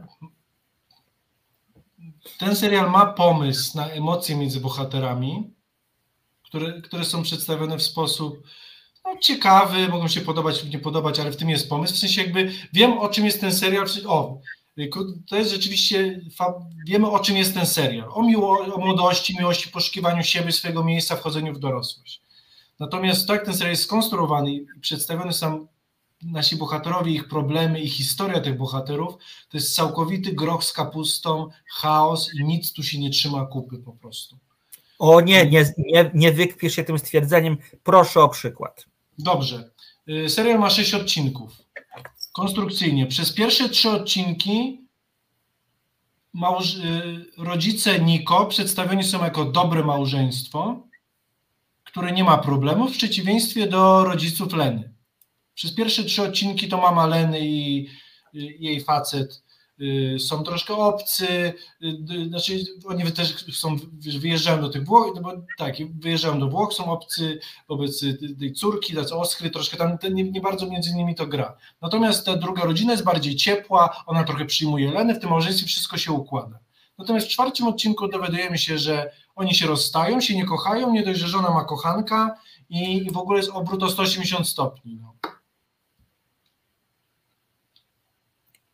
ten serial ma pomysł na emocje między bohaterami, które, które są przedstawione w sposób no, ciekawy, mogą się podobać lub nie podobać, ale w tym jest pomysł. W sensie jakby wiem, o czym jest ten serial. O, to jest rzeczywiście, wiemy, o czym jest ten serial. O, miło, o młodości, miłości, poszukiwaniu siebie, swojego miejsca, wchodzeniu w dorosłość. Natomiast to, jak ten serial jest skonstruowany i przedstawione są nasi bohaterowie, ich problemy i historia tych bohaterów, to jest całkowity groch z kapustą, chaos i nic tu się nie trzyma kupy po prostu. O nie, nie, nie, nie wykpiesz się tym stwierdzeniem, proszę o przykład. Dobrze. Serial ma sześć odcinków. Konstrukcyjnie. Przez pierwsze trzy odcinki małż- rodzice Niko przedstawieni są jako dobre małżeństwo, które nie ma problemów, w przeciwieństwie do rodziców Leny. Przez pierwsze trzy odcinki to mama Leny i jej facet są troszkę obcy, znaczy oni też są, wyjeżdżają do tych Włoch, no bo tak, wyjeżdżają do Włoch, są obcy wobec tej córki, tacy oskry, troszkę tam nie, nie bardzo między nimi to gra. Natomiast ta druga rodzina jest bardziej ciepła, ona trochę przyjmuje Lenę, w tym małżeństwie wszystko się układa. Natomiast w czwartym odcinku dowiadujemy się, że oni się rozstają, się nie kochają, nie dość, że żona ma kochanka i, i w ogóle jest obrót o sto osiemdziesiąt stopni. No.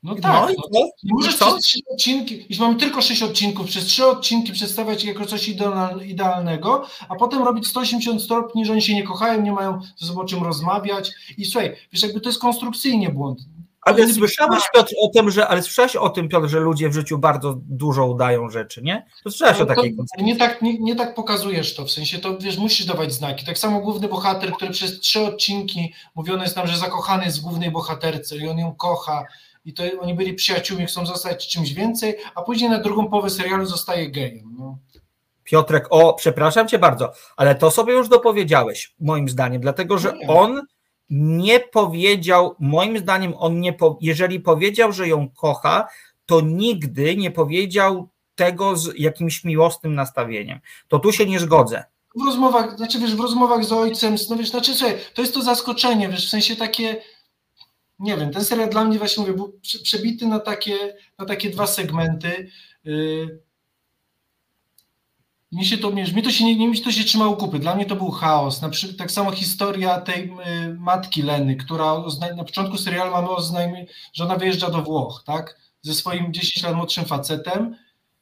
No tak, No i no, co? nie możesz Co? przez trzy odcinki, jeśli mamy tylko sześć odcinków, przez trzy odcinki przedstawiać jako coś ideal- idealnego, a potem robić sto osiemdziesiąt stopni, że oni się nie kochają, nie mają ze sobą o czym rozmawiać i słuchaj, wiesz, jakby to jest konstrukcyjnie błąd. Ale słyszałeś, Piotr, o tym, że, ale słyszałeś o tym, Piotr, że ludzie w życiu bardzo dużo udają rzeczy, nie? To słyszałeś o takiej koncepcji. Nie tak, nie, nie tak pokazujesz to, w sensie to, wiesz, musisz dawać znaki. Tak samo główny bohater, który przez trzy odcinki mówiony jest nam, że zakochany jest w głównej bohaterce i on ją kocha i to oni byli przyjaciółmi, chcą zostać czymś więcej, a później na drugą połowę serialu zostaje gejem. No. Piotrek, o, przepraszam cię bardzo, ale to sobie już dopowiedziałeś, moim zdaniem, dlatego, że Nie. on nie powiedział, moim zdaniem on nie, po, jeżeli powiedział, że ją kocha, to nigdy nie powiedział tego z jakimś miłosnym nastawieniem. To tu się nie zgodzę. W rozmowach, znaczy wiesz, w rozmowach z ojcem, no wiesz, znaczy słuchaj, to jest to zaskoczenie, wiesz, w sensie takie, nie wiem, ten serial dla mnie właśnie mówię, był przebity na takie, na takie dwa segmenty. Yy, Mi się to, mi to się nie, mi to się trzymało kupy. Dla mnie to był chaos. Na przykład tak samo historia tej y, matki Leny, która ozna, na początku serialu mamy oznajmienie, że ona wyjeżdża do Włoch, tak? Ze swoim dziesięć lat młodszym facetem.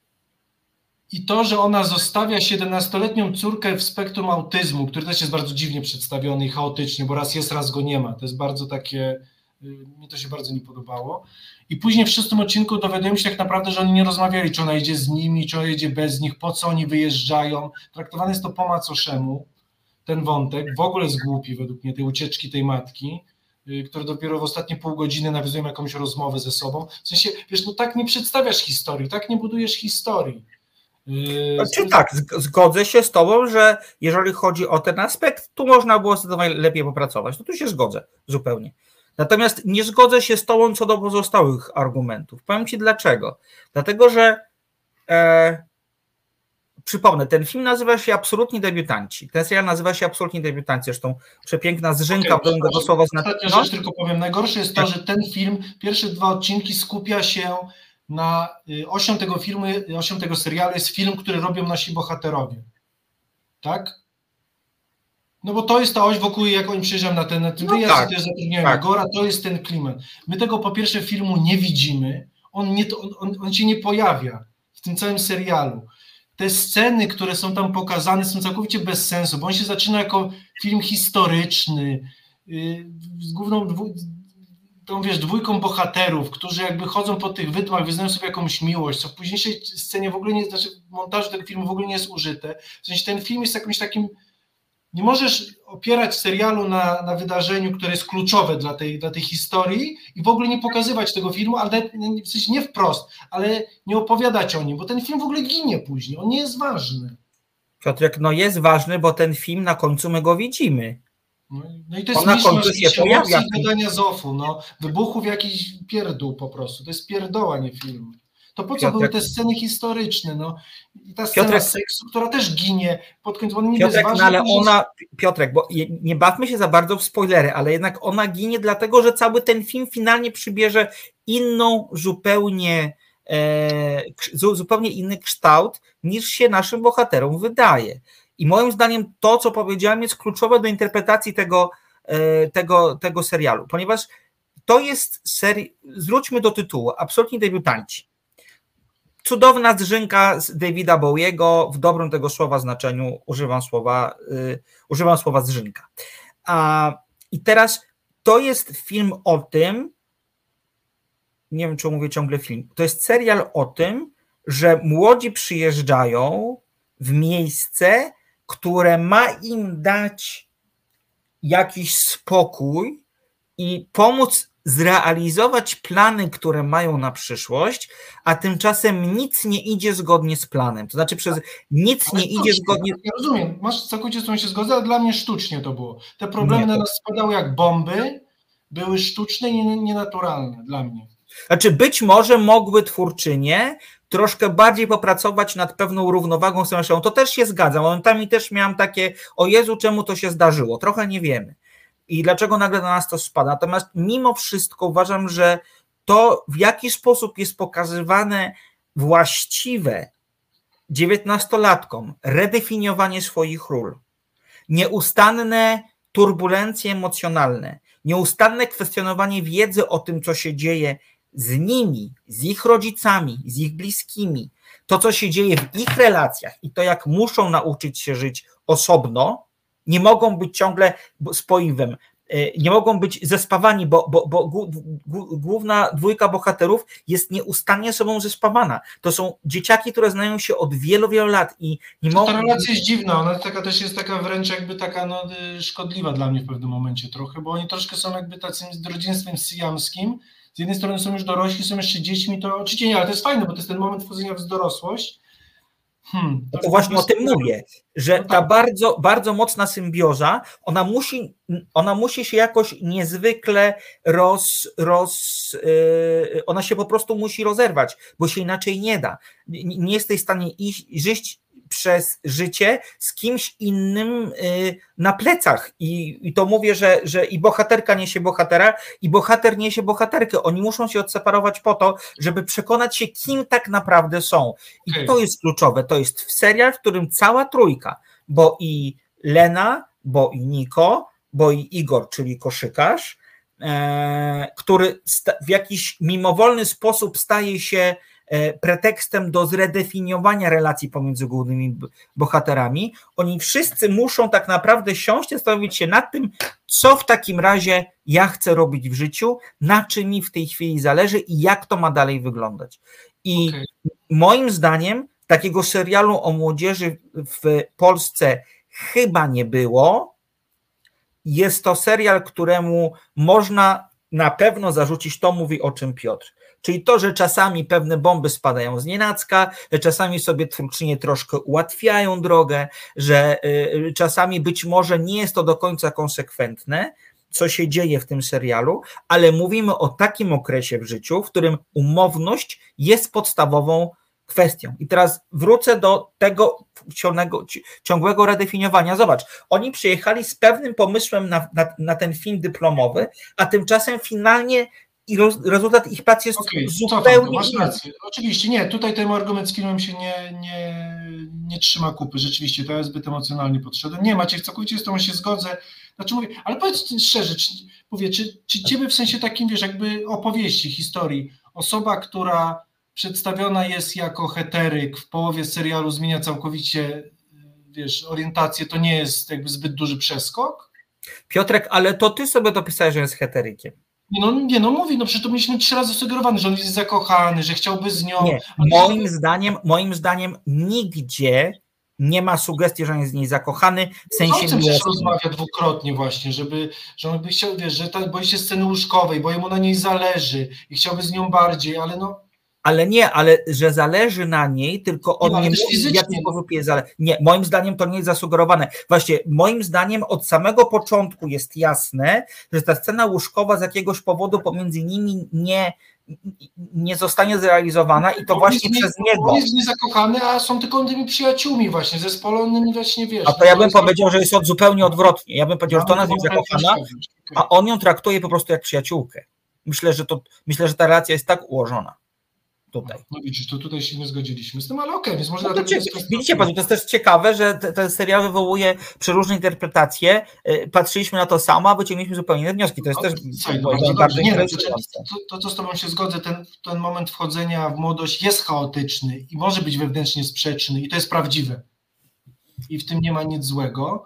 I to, że ona zostawia siedemnastoletnią córkę w spektrum autyzmu, który też jest bardzo dziwnie przedstawiony i chaotycznie, bo raz jest, raz go nie ma. To jest bardzo takie, y, mi to się bardzo nie podobało. I później w szóstym odcinku dowiadujemy się tak naprawdę, że oni nie rozmawiali, czy ona idzie z nimi, czy ona idzie bez nich, po co oni wyjeżdżają. Traktowane jest to po macoszemu, ten wątek. W ogóle jest głupi według mnie, tej ucieczki tej matki, yy, które dopiero w ostatnie pół godziny nawiązują jakąś rozmowę ze sobą. W sensie, wiesz, no tak nie przedstawiasz historii, tak nie budujesz historii. Yy, Czy tak, zgodzę się z tobą, że jeżeli chodzi o ten aspekt, tu można było zdecydowanie lepiej popracować. No tu się zgodzę zupełnie. Natomiast nie zgodzę się z tobą co do pozostałych argumentów. Powiem ci dlaczego. Dlatego, że e, przypomnę, ten film nazywa się Absolutni debiutanci. Ten serial nazywa się Absolutni debiutanci. Zresztą przepiękna zrzynka, okay, do tego słowa znaczy. Ostatnia rzecz tylko powiem. Najgorsze jest to, że ten film, pierwsze dwa odcinki skupia się na osią tego filmu, osią tego serialu jest film, który robią nasi bohaterowie. Tak? No bo to jest ta oś wokół, jak oni przyjeżdżają na ten, na ten no wyjazd, tak, to jest zatrudnienie tak. Gora, to jest ten klimat. My tego po pierwsze filmu nie widzimy, on, nie, on, on, on się nie pojawia w tym całym serialu. Te sceny, które są tam pokazane, są całkowicie bez sensu, bo on się zaczyna jako film historyczny, yy, z główną dwu, tą, wiesz, dwójką bohaterów, którzy jakby chodzą po tych wydmach, wyznają sobie jakąś miłość, co w późniejszej scenie w ogóle nie, znaczy w montażu tego filmu w ogóle nie jest użyte. W sensie ten film jest jakimś takim. Nie możesz opierać serialu na, na wydarzeniu, które jest kluczowe dla tej, dla tej historii i w ogóle nie pokazywać tego filmu, ale w sensie nie wprost, ale nie opowiadać o nim, bo ten film w ogóle ginie później, on nie jest ważny. Piotrek, no jest ważny, bo ten film na końcu my go widzimy. No, no i to jest miszmasz emocji i gadania z ofu, no, wybuchów jakiś pierdół po prostu, to jest pierdoła, nie film. To po co Piotrek, były te sceny historyczne, no i ta scena Piotrek, seksu, która też ginie pod końcem, ona niby Piotrek, jest no ale ona, Piotrek, bo nie bawmy się za bardzo w spoilery, ale jednak ona ginie dlatego, że cały ten film finalnie przybierze inną zupełnie, e, zupełnie inny kształt niż się naszym bohaterom wydaje. I moim zdaniem to, co powiedziałem, jest kluczowe do interpretacji tego, e, tego, tego serialu, ponieważ to jest serial, zwróćmy do tytułu, Absolutni debiutanci. Cudowna drzynka z Davida Bowiego, w dobrym tego słowa znaczeniu używam słowa, yy, używam słowa drzynka. A, I teraz to jest film o tym, nie wiem, czy mówię ciągle film, to jest serial o tym, że młodzi przyjeżdżają w miejsce, które ma im dać jakiś spokój i pomóc zrealizować plany, które mają na przyszłość, a tymczasem nic nie idzie zgodnie z planem. To znaczy przez nic ale nie sztucznie, idzie zgodnie... Ja rozumiem, masz całkowicie z tym się zgodzę, ale dla mnie sztucznie to było. Te problemy nie, to... na nas spadały jak bomby, były sztuczne i nienaturalne dla mnie. Znaczy być może mogły twórczynie troszkę bardziej popracować nad pewną równowagą z tą. To też się zgadzam. Momentami też miałam takie, o Jezu, czemu to się zdarzyło? Trochę nie wiemy. I dlaczego nagle na nas to spada. Natomiast mimo wszystko uważam, że to, w jaki sposób jest pokazywane właściwe dziewiętnastolatkom redefiniowanie swoich ról, nieustanne turbulencje emocjonalne, nieustanne kwestionowanie wiedzy o tym, co się dzieje z nimi, z ich rodzicami, z ich bliskimi, to co się dzieje w ich relacjach i to jak muszą nauczyć się żyć osobno, nie mogą być ciągle spoiwem, nie mogą być zespawani, bo, bo, bo główna dwójka bohaterów jest nieustannie sobą zespawana. To są dzieciaki, które znają się od wielu, wielu lat i nie mogą... Ta relacja jest dziwna, ona taka też jest taka wręcz jakby taka no, szkodliwa dla mnie w pewnym momencie trochę, bo oni troszkę są jakby takim rodzeństwem syjamskim. Z jednej strony są już dorośli, są jeszcze dziećmi, to oczywiście nie, ale to jest fajne, bo to jest ten moment wchodzenia w dorosłość. Hmm, to, to właśnie o tym mówię, że no tak. ta bardzo, bardzo mocna symbioza, ona musi, ona musi się jakoś niezwykle roz, roz yy, ona się po prostu musi rozerwać, bo się inaczej nie da. Nie, nie jesteś w stanie iść, żyć przez życie z kimś innym na plecach i, i to mówię, że, że i bohaterka niesie bohatera i bohater niesie bohaterkę. Oni muszą się odseparować po to, żeby przekonać się, kim tak naprawdę są. I okay. to jest kluczowe. To jest serial, w którym cała trójka, bo i Lena, bo i Niko, bo i Igor, czyli koszykarz, e, który w jakiś mimowolny sposób staje się pretekstem do zredefiniowania relacji pomiędzy głównymi bohaterami. Oni wszyscy muszą tak naprawdę siąść i zastanowić się nad tym, co w takim razie ja chcę robić w życiu, na czym mi w tej chwili zależy i jak to ma dalej wyglądać. I okay. moim zdaniem takiego serialu o młodzieży w Polsce chyba nie było. Jest to serial, któremu można na pewno zarzucić, to mówi o czym Piotr. Czyli to, że czasami pewne bomby spadają z nienacka, że czasami sobie twórczynie troszkę ułatwiają drogę, że y, czasami być może nie jest to do końca konsekwentne, co się dzieje w tym serialu, ale mówimy o takim okresie w życiu, w którym umowność jest podstawową kwestią. I teraz wrócę do tego ciągłego, ciągłego redefiniowania. Zobacz, oni przyjechali z pewnym pomysłem na, na, na ten film dyplomowy, a tymczasem finalnie i rezultat ich pracy jest okay, zupełnie masz rację. Oczywiście nie, tutaj ten argument z filmem się nie, nie, nie trzyma kupy, rzeczywiście, to ja zbyt emocjonalnie podszedłem. Nie, Maciek, całkowicie z tobą się zgodzę, znaczy mówię, ale powiedz szczerze, czy, mówię, czy, czy ciebie w sensie takim, wiesz, jakby opowieści, historii, osoba, która przedstawiona jest jako heteryk, w połowie serialu zmienia całkowicie, wiesz, orientację, to nie jest jakby zbyt duży przeskok? Piotrek, ale to ty sobie dopisałeś, że jest heterykiem. Nie no, nie no mówi, no przecież to mieliśmy trzy razy sugerowany, że on jest zakochany, że chciałby z nią... Nie, moim zdaniem, moim zdaniem nigdzie nie ma sugestii, że on jest z niej zakochany, w sensie... No, przecież rozmawia dwukrotnie właśnie, żeby, że on by chciał, wiesz, że ta, boi się sceny łóżkowej, bo jemu na niej zależy i chciałby z nią bardziej, ale no... Ale nie, ale że zależy na niej, tylko on nie, nie mówi, w jaki sposób jest zależy. Nie, moim zdaniem to nie jest zasugerowane. Właśnie, moim zdaniem od samego początku jest jasne, że ta scena łóżkowa z jakiegoś powodu pomiędzy nimi nie, nie zostanie zrealizowana i to on właśnie przez nie, niego. On jest niezakochany, a są tylko tymi przyjaciółmi właśnie, zespolonymi właśnie, wiesz. A to ja bym powiedział, jest... że jest od zupełnie odwrotnie. Ja bym powiedział, że to ona jest zakochana, a on ją traktuje po prostu jak przyjaciółkę. Myślę, że to, myślę, że ta relacja jest tak ułożona. Tutaj. No widzisz, to tutaj się nie zgodziliśmy z tym, ale okej, okay, więc może... No to cie... Widzicie, to jest też ciekawe, że ten serial wywołuje przeróżne interpretacje, patrzyliśmy na to samo, a wyciągnęliśmy zupełnie inne wnioski, to jest też Słuchaj, no, bardzo bardzo nie, to, to, co z tobą się zgodzę, ten, ten moment wchodzenia w młodość jest chaotyczny i może być wewnętrznie sprzeczny i to jest prawdziwe i w tym nie ma nic złego.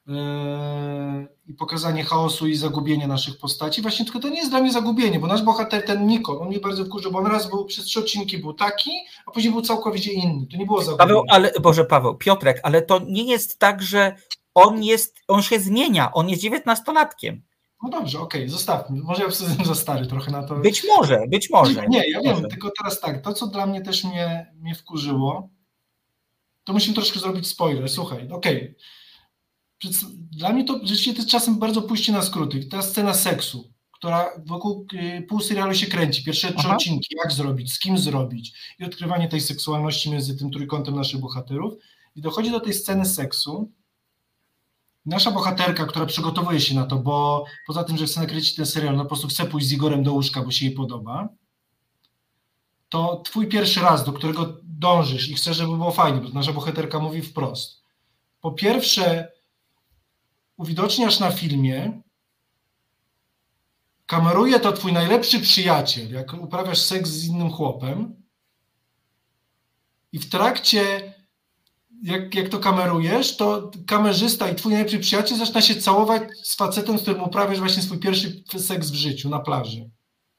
I pokazanie chaosu i zagubienia naszych postaci. Właśnie tylko to nie jest dla mnie zagubienie, bo nasz bohater, ten Niko, on mnie bardzo wkurzył, bo on raz był, przez trzy odcinki był taki, a później był całkowicie inny. To nie było zagubienie. Paweł, ale, Boże Paweł, Piotrek, ale to nie jest tak, że on jest, on się zmienia, on jest dziewiętnastolatkiem. No dobrze, okej, okay, zostawmy. Może ja jestem za stary trochę na to. Być może, być może. Nie, ja wiem, może. Tylko teraz tak, to co dla mnie też mnie, mnie wkurzyło, to musimy troszkę zrobić spoiler. Słuchaj, okej, okay. Dla mnie to rzeczywiście to jest czasem bardzo pójście na skróty. Ta scena seksu, która wokół pół serialu się kręci, pierwsze trzy odcinki, jak zrobić, z kim zrobić i odkrywanie tej seksualności między tym trójkątem naszych bohaterów i dochodzi do tej sceny seksu. Nasza bohaterka, która przygotowuje się na to, bo poza tym, że chce nakręcić ten serial, no po prostu chce pójść z Igorem do łóżka, bo się jej podoba, to twój pierwszy raz, do którego dążysz i chcesz, żeby było fajnie, bo nasza bohaterka mówi wprost. Po pierwsze, uwidoczniasz na filmie kameruje to twój najlepszy przyjaciel, jak uprawiasz seks z innym chłopem i w trakcie, jak, jak to kamerujesz, to kamerzysta i twój najlepszy przyjaciel zaczyna się całować z facetem, z którym uprawiasz właśnie swój pierwszy seks w życiu na plaży.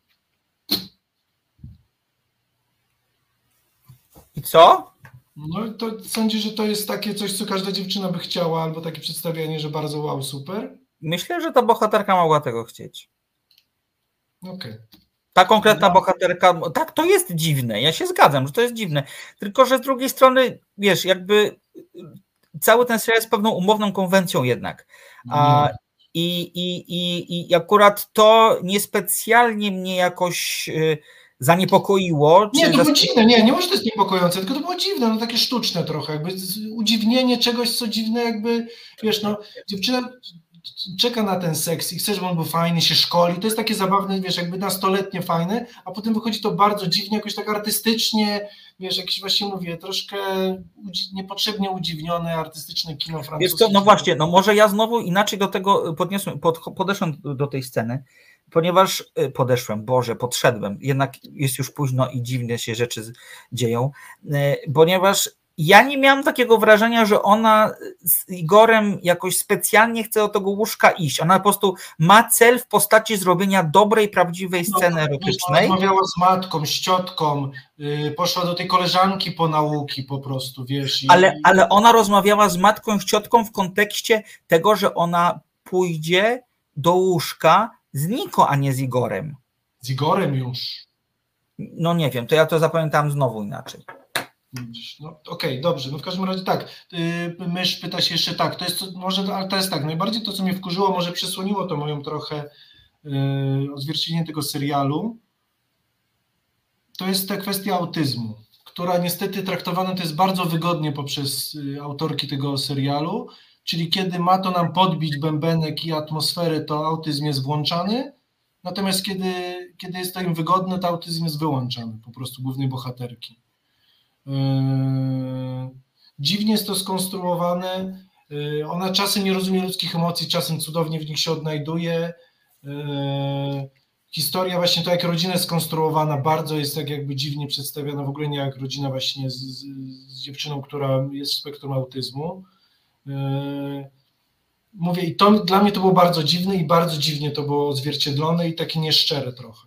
I co? No to sądzisz, że to jest takie coś, co każda dziewczyna by chciała, albo takie przedstawianie, że bardzo wow, super? Myślę, że ta bohaterka mogła tego chcieć. Okej. Okay. Ta konkretna bohaterka, tak, to jest dziwne, ja się zgadzam, że to jest dziwne, tylko że z drugiej strony, wiesz, jakby cały ten serial jest pewną umowną konwencją jednak. A, i, i, i, I akurat to niespecjalnie mnie jakoś y, zaniepokoiło. Nie, czy to było zas... dziwne, nie, nie może to jest niepokojące, tylko to było dziwne, no takie sztuczne trochę, jakby udziwnienie czegoś, co dziwne, jakby, wiesz, no, dziewczyna czeka na ten seks i chce, żeby on był fajny, się szkoli, to jest takie zabawne, wiesz, jakby nastoletnie fajne, a potem wychodzi to bardzo dziwnie, jakoś tak artystycznie, wiesz, jakieś właśnie mówię, troszkę niepotrzebnie udziwnione artystyczne kino francuskie. To, no właśnie, no może ja znowu inaczej do tego podniosłem, pod, podeszłem do tej sceny, ponieważ podeszłem, Boże, podszedłem, jednak jest już późno i dziwne się rzeczy dzieją, ponieważ ja nie miałam takiego wrażenia, że ona z Igorem jakoś specjalnie chce do tego łóżka iść. Ona po prostu ma cel w postaci zrobienia dobrej, prawdziwej sceny no, erotycznej. Rozmawiała z matką, z ciotką, yy, poszła do tej koleżanki po nauki po prostu, wiesz. I... Ale, ale ona rozmawiała z matką, z ciotką w kontekście tego, że ona pójdzie do łóżka z Niko, a nie z Igorem. Z Igorem już. No nie wiem, to ja to zapamiętałem znowu inaczej. No, okej, okay, dobrze, no w każdym razie tak, yy, mysz pyta się jeszcze tak, to jest, może, ale to jest tak, najbardziej to, co mnie wkurzyło, może przesłoniło to moją trochę yy, odzwierciedlenie tego serialu, to jest ta kwestia autyzmu, która niestety traktowana to jest bardzo wygodnie poprzez yy, autorki tego serialu, czyli kiedy ma to nam podbić bębenek i atmosferę, to autyzm jest włączany, natomiast kiedy, kiedy jest to im wygodne, to autyzm jest wyłączany, po prostu głównej bohaterki. Dziwnie jest to skonstruowane. Ona czasem nie rozumie ludzkich emocji, czasem cudownie w nich się odnajduje. Historia właśnie to, jak rodzina jest skonstruowana, bardzo jest tak jakby dziwnie przedstawiona, w ogóle nie jak rodzina właśnie z, z, z dziewczyną, która jest w spektrum autyzmu. Mówię, i to dla mnie to było bardzo dziwne i bardzo dziwnie to było odzwierciedlone i takie nieszczere trochę.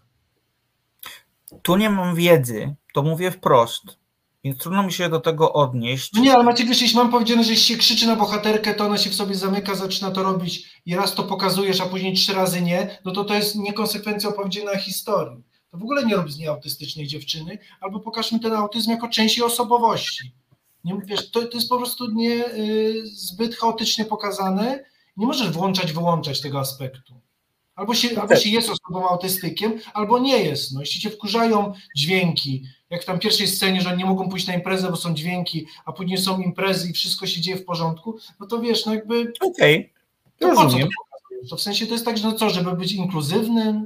Tu nie mam wiedzy, to mówię wprost. Więc trudno mi się do tego odnieść. No nie, ale Maciek, wiesz, jeśli mam powiedziane, że jeśli się krzyczy na bohaterkę, to ona się w sobie zamyka, zaczyna to robić i raz to pokazujesz, a później trzy razy nie, no to to jest niekonsekwencja opowiedziana historii. To w ogóle nie rób z niej autystycznej dziewczyny, albo pokażmy ten autyzm jako część jej osobowości. Nie, wiesz, to, to jest po prostu nie, y, zbyt chaotycznie pokazane. Nie możesz włączać, wyłączać tego aspektu. Albo się, albo się jest osobą autystykiem, albo nie jest. No, jeśli cię wkurzają dźwięki, jak w tam pierwszej scenie, że oni nie mogą pójść na imprezę, bo są dźwięki, a później są imprezy i wszystko się dzieje w porządku, no to wiesz, no jakby... Okej, okay. Rozumiem. To, to w sensie to jest tak, że no co, żeby być inkluzywnym?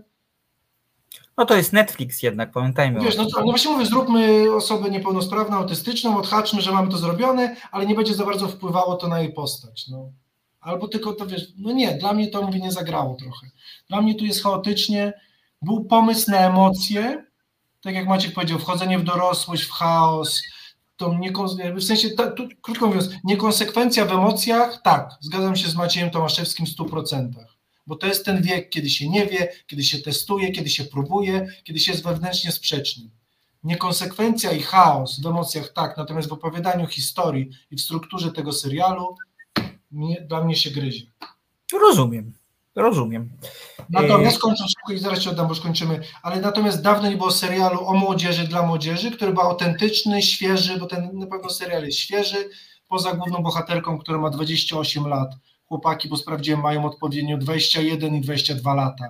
No to jest Netflix jednak, pamiętajmy. Wiesz, no, to, no właśnie mówię, zróbmy osobę niepełnosprawną, autystyczną, odhaczmy, że mamy to zrobione, ale nie będzie za bardzo wpływało to na jej postać, no. Albo tylko to, wiesz, no nie, dla mnie to, mówię, nie zagrało trochę. Dla mnie tu jest chaotycznie, był pomysł na emocje, tak jak Maciek powiedział, wchodzenie w dorosłość, w chaos, to nie, w sensie, ta, tu, krótko mówiąc, niekonsekwencja w emocjach, tak, zgadzam się z Maciejem Tomaszewskim w stu procentach, bo to jest ten wiek, kiedy się nie wie, kiedy się testuje, kiedy się próbuje, kiedy się jest wewnętrznie sprzecznym. Niekonsekwencja i chaos w emocjach, tak, natomiast w opowiadaniu historii i w strukturze tego serialu mnie, dla mnie się gryzie. Rozumiem, rozumiem. Natomiast kończę szybko i zaraz ci oddam, bo już kończymy, ale natomiast dawno nie było serialu o młodzieży dla młodzieży, który był autentyczny, świeży, bo ten na pewno serial jest świeży, poza główną bohaterką, która ma dwadzieścia osiem lat. Chłopaki, bo sprawdziłem, mają odpowiednio dwadzieścia jeden i dwadzieścia dwa lata.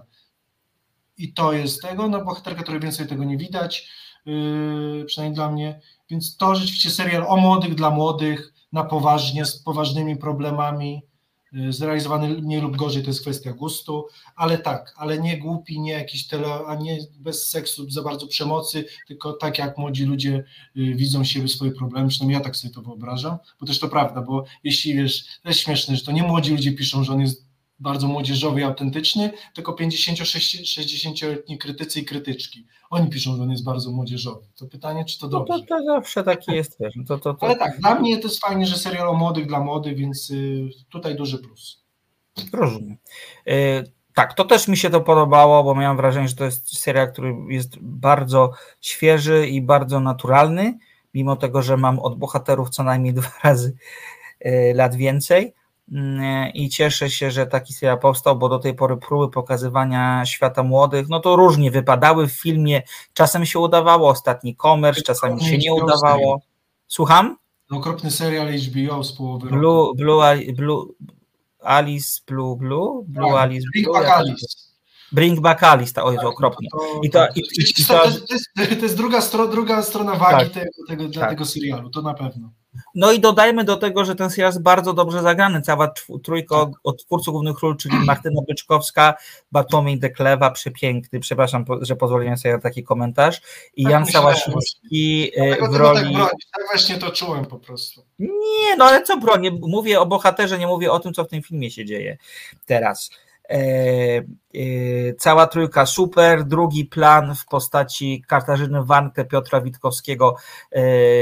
I to jest tego, no bohaterka, której więcej tego nie widać, yy, przynajmniej dla mnie, więc to rzeczywiście serial o młodych dla młodych, na poważnie, z poważnymi problemami, zrealizowany mniej lub gorzej, to jest kwestia gustu, ale tak, ale nie głupi, nie jakiś tele, a nie bez seksu, za bardzo przemocy, tylko tak jak młodzi ludzie widzą siebie, swoje problemy, przynajmniej ja tak sobie to wyobrażam, bo też to prawda, bo jeśli wiesz, to jest śmieszne, że to nie młodzi ludzie piszą, że on jest bardzo młodzieżowy i autentyczny, tylko pięćdziesięcio-sześćdziesięcioletni krytycy i krytyczki. Oni piszą, że on jest bardzo młodzieżowy. To pytanie, czy to dobrze? No to, to zawsze taki jest. Wiesz, to, to, to... Ale tak, dla mnie to jest fajnie, że serial o młodych dla młodych, więc tutaj duży plus. Rozumiem. Tak, to też mi się to podobało, bo miałem wrażenie, że to jest serial, który jest bardzo świeży i bardzo naturalny, mimo tego, że mam od bohaterów co najmniej dwa razy lat więcej. I cieszę się, że taki serial powstał, bo do tej pory próby pokazywania świata młodych, no to różnie wypadały w filmie, czasem się udawało, ostatni Commerce, czasami się nie udawało. Słucham? Okropny serial H B O z połowy Blue, roku. Blue, Blue, Alice Blue Blue? Blue tak, Alice Bring Blue? Back Alice. Bring Back Alice, to, o jest tak, okropnie. To, I to, to, i, to, i, to, to, to, jest, to jest druga, stro, druga strona wagi tak, tego, tego, tak. dla tego serialu, to na pewno. No i dodajmy do tego, że ten serial jest bardzo dobrze zagrany. Cała trójka tak. od twórców głównych ról, czyli Martyna Byczkowska, Bartłomiej Deklewa, przepiękny, przepraszam, że pozwoliłem sobie na taki komentarz, i tak Jan Sałaszewski w roli... Tak, tak właśnie to czułem po prostu. Nie, no ale co bronię? Mówię o bohaterze, nie mówię o tym, co w tym filmie się dzieje teraz. E, e, cała trójka super, drugi plan w postaci Katarzyny Warnke, Piotra Witkowskiego, e,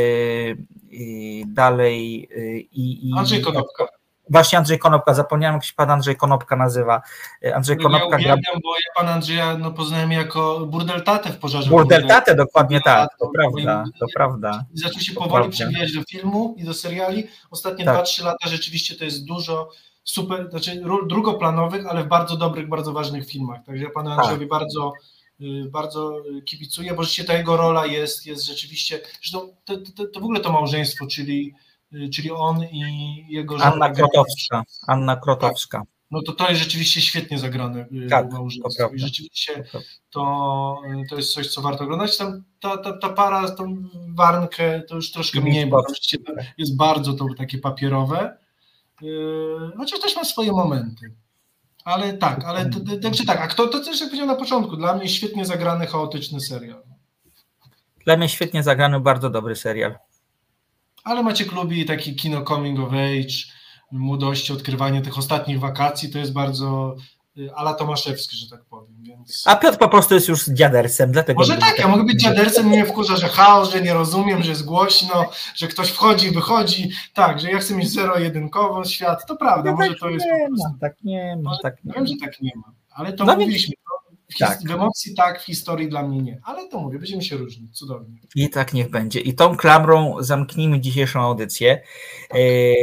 i dalej i, i Andrzej Konopka. Właśnie Andrzej Konopka, zapomniałem, jak się pan Andrzej Konopka nazywa. Andrzej Konopka. Ja uwielbiam, gra... bo ja pana Andrzeja no, poznałem jako burdeltatę w Pożarze. Burdeltatę, dokładnie tak, to prawda, to prawda. Zaczął się powoli przybijać do filmu i do seriali. Ostatnie dwa trzy lata rzeczywiście to jest dużo super, znaczy drugoplanowych, ale w bardzo dobrych, bardzo ważnych filmach. Także ja panu Andrzejowi tak. bardzo, bardzo kibicuję, bo rzeczywiście ta jego rola jest, jest rzeczywiście, zresztą to, to, to w ogóle to małżeństwo, czyli, czyli on i jego żona. Anna Krotowska. Anna Krotowska. Tak. No to to jest rzeczywiście świetnie zagrane tak, małżeństwo. I rzeczywiście to, to jest coś, co warto oglądać. Tam ta, ta, ta para, tą Warnkę, to już troszkę mniej, bo jest bardzo to takie papierowe. Yy, chociaż też ma swoje momenty, ale tak, ale także tak, a kto, to też jak powiedziałem na początku, dla mnie świetnie zagrany, chaotyczny serial. Dla mnie świetnie zagrany, bardzo dobry serial. Ale Maciek lubi taki kino coming of age, młodości, odkrywanie tych ostatnich wakacji, to jest bardzo a la Tomaszewski, że tak powiem. Więc... A Piotr po prostu jest już dziadersem, dlatego... Może tak, ja mogę być dziadersem, mnie wkurza, że chaos, że nie rozumiem, że jest głośno, że ktoś wchodzi, wychodzi, tak, że ja chcę mieć zero-jedynkowo świat, to prawda, no może tak to jest nie po prostu... ma, tak nie ma, tak nie wiem, ma. że tak nie ma, ale to no mówiliśmy, w, tak. w emocji tak, w historii dla mnie nie, ale to mówię, będziemy się różnić, cudownie. I tak niech będzie. I tą klamrą zamknijmy dzisiejszą audycję. Tak. E,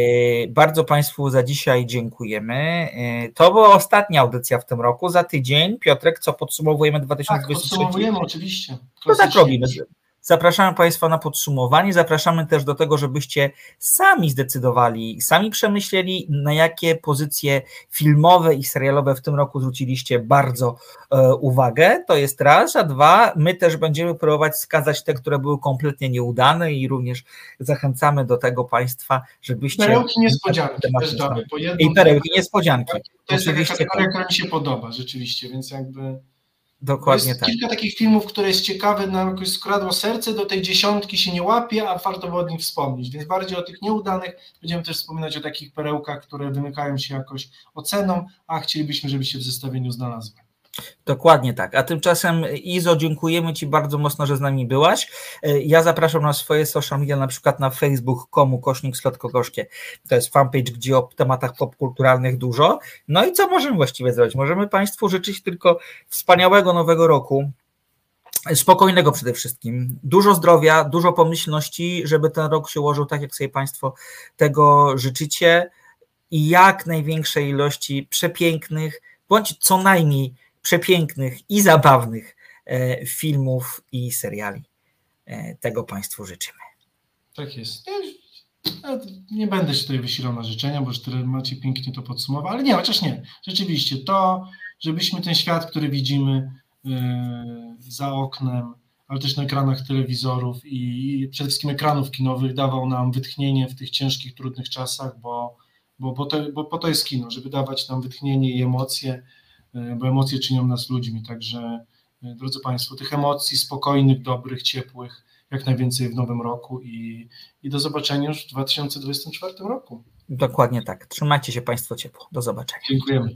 bardzo Państwu za dzisiaj dziękujemy. E, to była ostatnia audycja w tym roku. Za tydzień, Piotrek, co podsumowujemy dwa tysiące dwudziesty trzeci? Tak, podsumowujemy oczywiście. To tak robimy. Zapraszamy Państwa na podsumowanie, zapraszamy też do tego, żebyście sami zdecydowali, sami przemyśleli, na jakie pozycje filmowe i serialowe w tym roku zwróciliście bardzo e, uwagę, to jest raz, a dwa, my też będziemy próbować wskazać te, które były kompletnie nieudane i również zachęcamy do tego Państwa, żebyście... Perełki niespodzianki też damy. Po jedną, I perełki niespodzianki. To jest taka kategoria, która mi się podoba rzeczywiście, więc jakby... Dokładnie jest tak. Kilka takich filmów, które jest ciekawe, nam jakoś skradło serce, do tej dziesiątki się nie łapie, a warto by o nich wspomnieć, więc bardziej o tych nieudanych, będziemy też wspominać o takich perełkach, które wymykają się jakoś oceną, a chcielibyśmy, żeby się w zestawieniu znalazły. Dokładnie tak, a tymczasem Izo, dziękujemy Ci bardzo mocno, że z nami byłaś. Ja zapraszam na swoje social media, na przykład na facebook kropka com ukośnik Slotko-Gorzkie. To jest fanpage, gdzie o tematach popkulturalnych dużo. No i co możemy właściwie zrobić? Możemy Państwu życzyć tylko wspaniałego nowego roku, spokojnego przede wszystkim, dużo zdrowia, dużo pomyślności, żeby ten rok się ułożył tak, jak sobie Państwo tego życzycie, i jak największej ilości przepięknych, bądź co najmniej przepięknych i zabawnych e, filmów i seriali. E, tego Państwu życzymy. Tak jest. Ja, ja nie będę się tutaj wysilał na życzenia, bo już tyle Maciej pięknie to podsumował, ale nie, chociaż nie. Rzeczywiście to, żebyśmy ten świat, który widzimy e, za oknem, ale też na ekranach telewizorów i, i przede wszystkim ekranów kinowych, dawał nam wytchnienie w tych ciężkich, trudnych czasach, bo, bo, bo, to, bo po to jest kino, żeby dawać nam wytchnienie i emocje, bo emocje czynią nas ludźmi, także drodzy Państwo, tych emocji spokojnych, dobrych, ciepłych, jak najwięcej w nowym roku i, i do zobaczenia już w dwa tysiące dwudziestym czwartym roku. Dokładnie tak. Trzymajcie się Państwo ciepło. Do zobaczenia. Dziękujemy.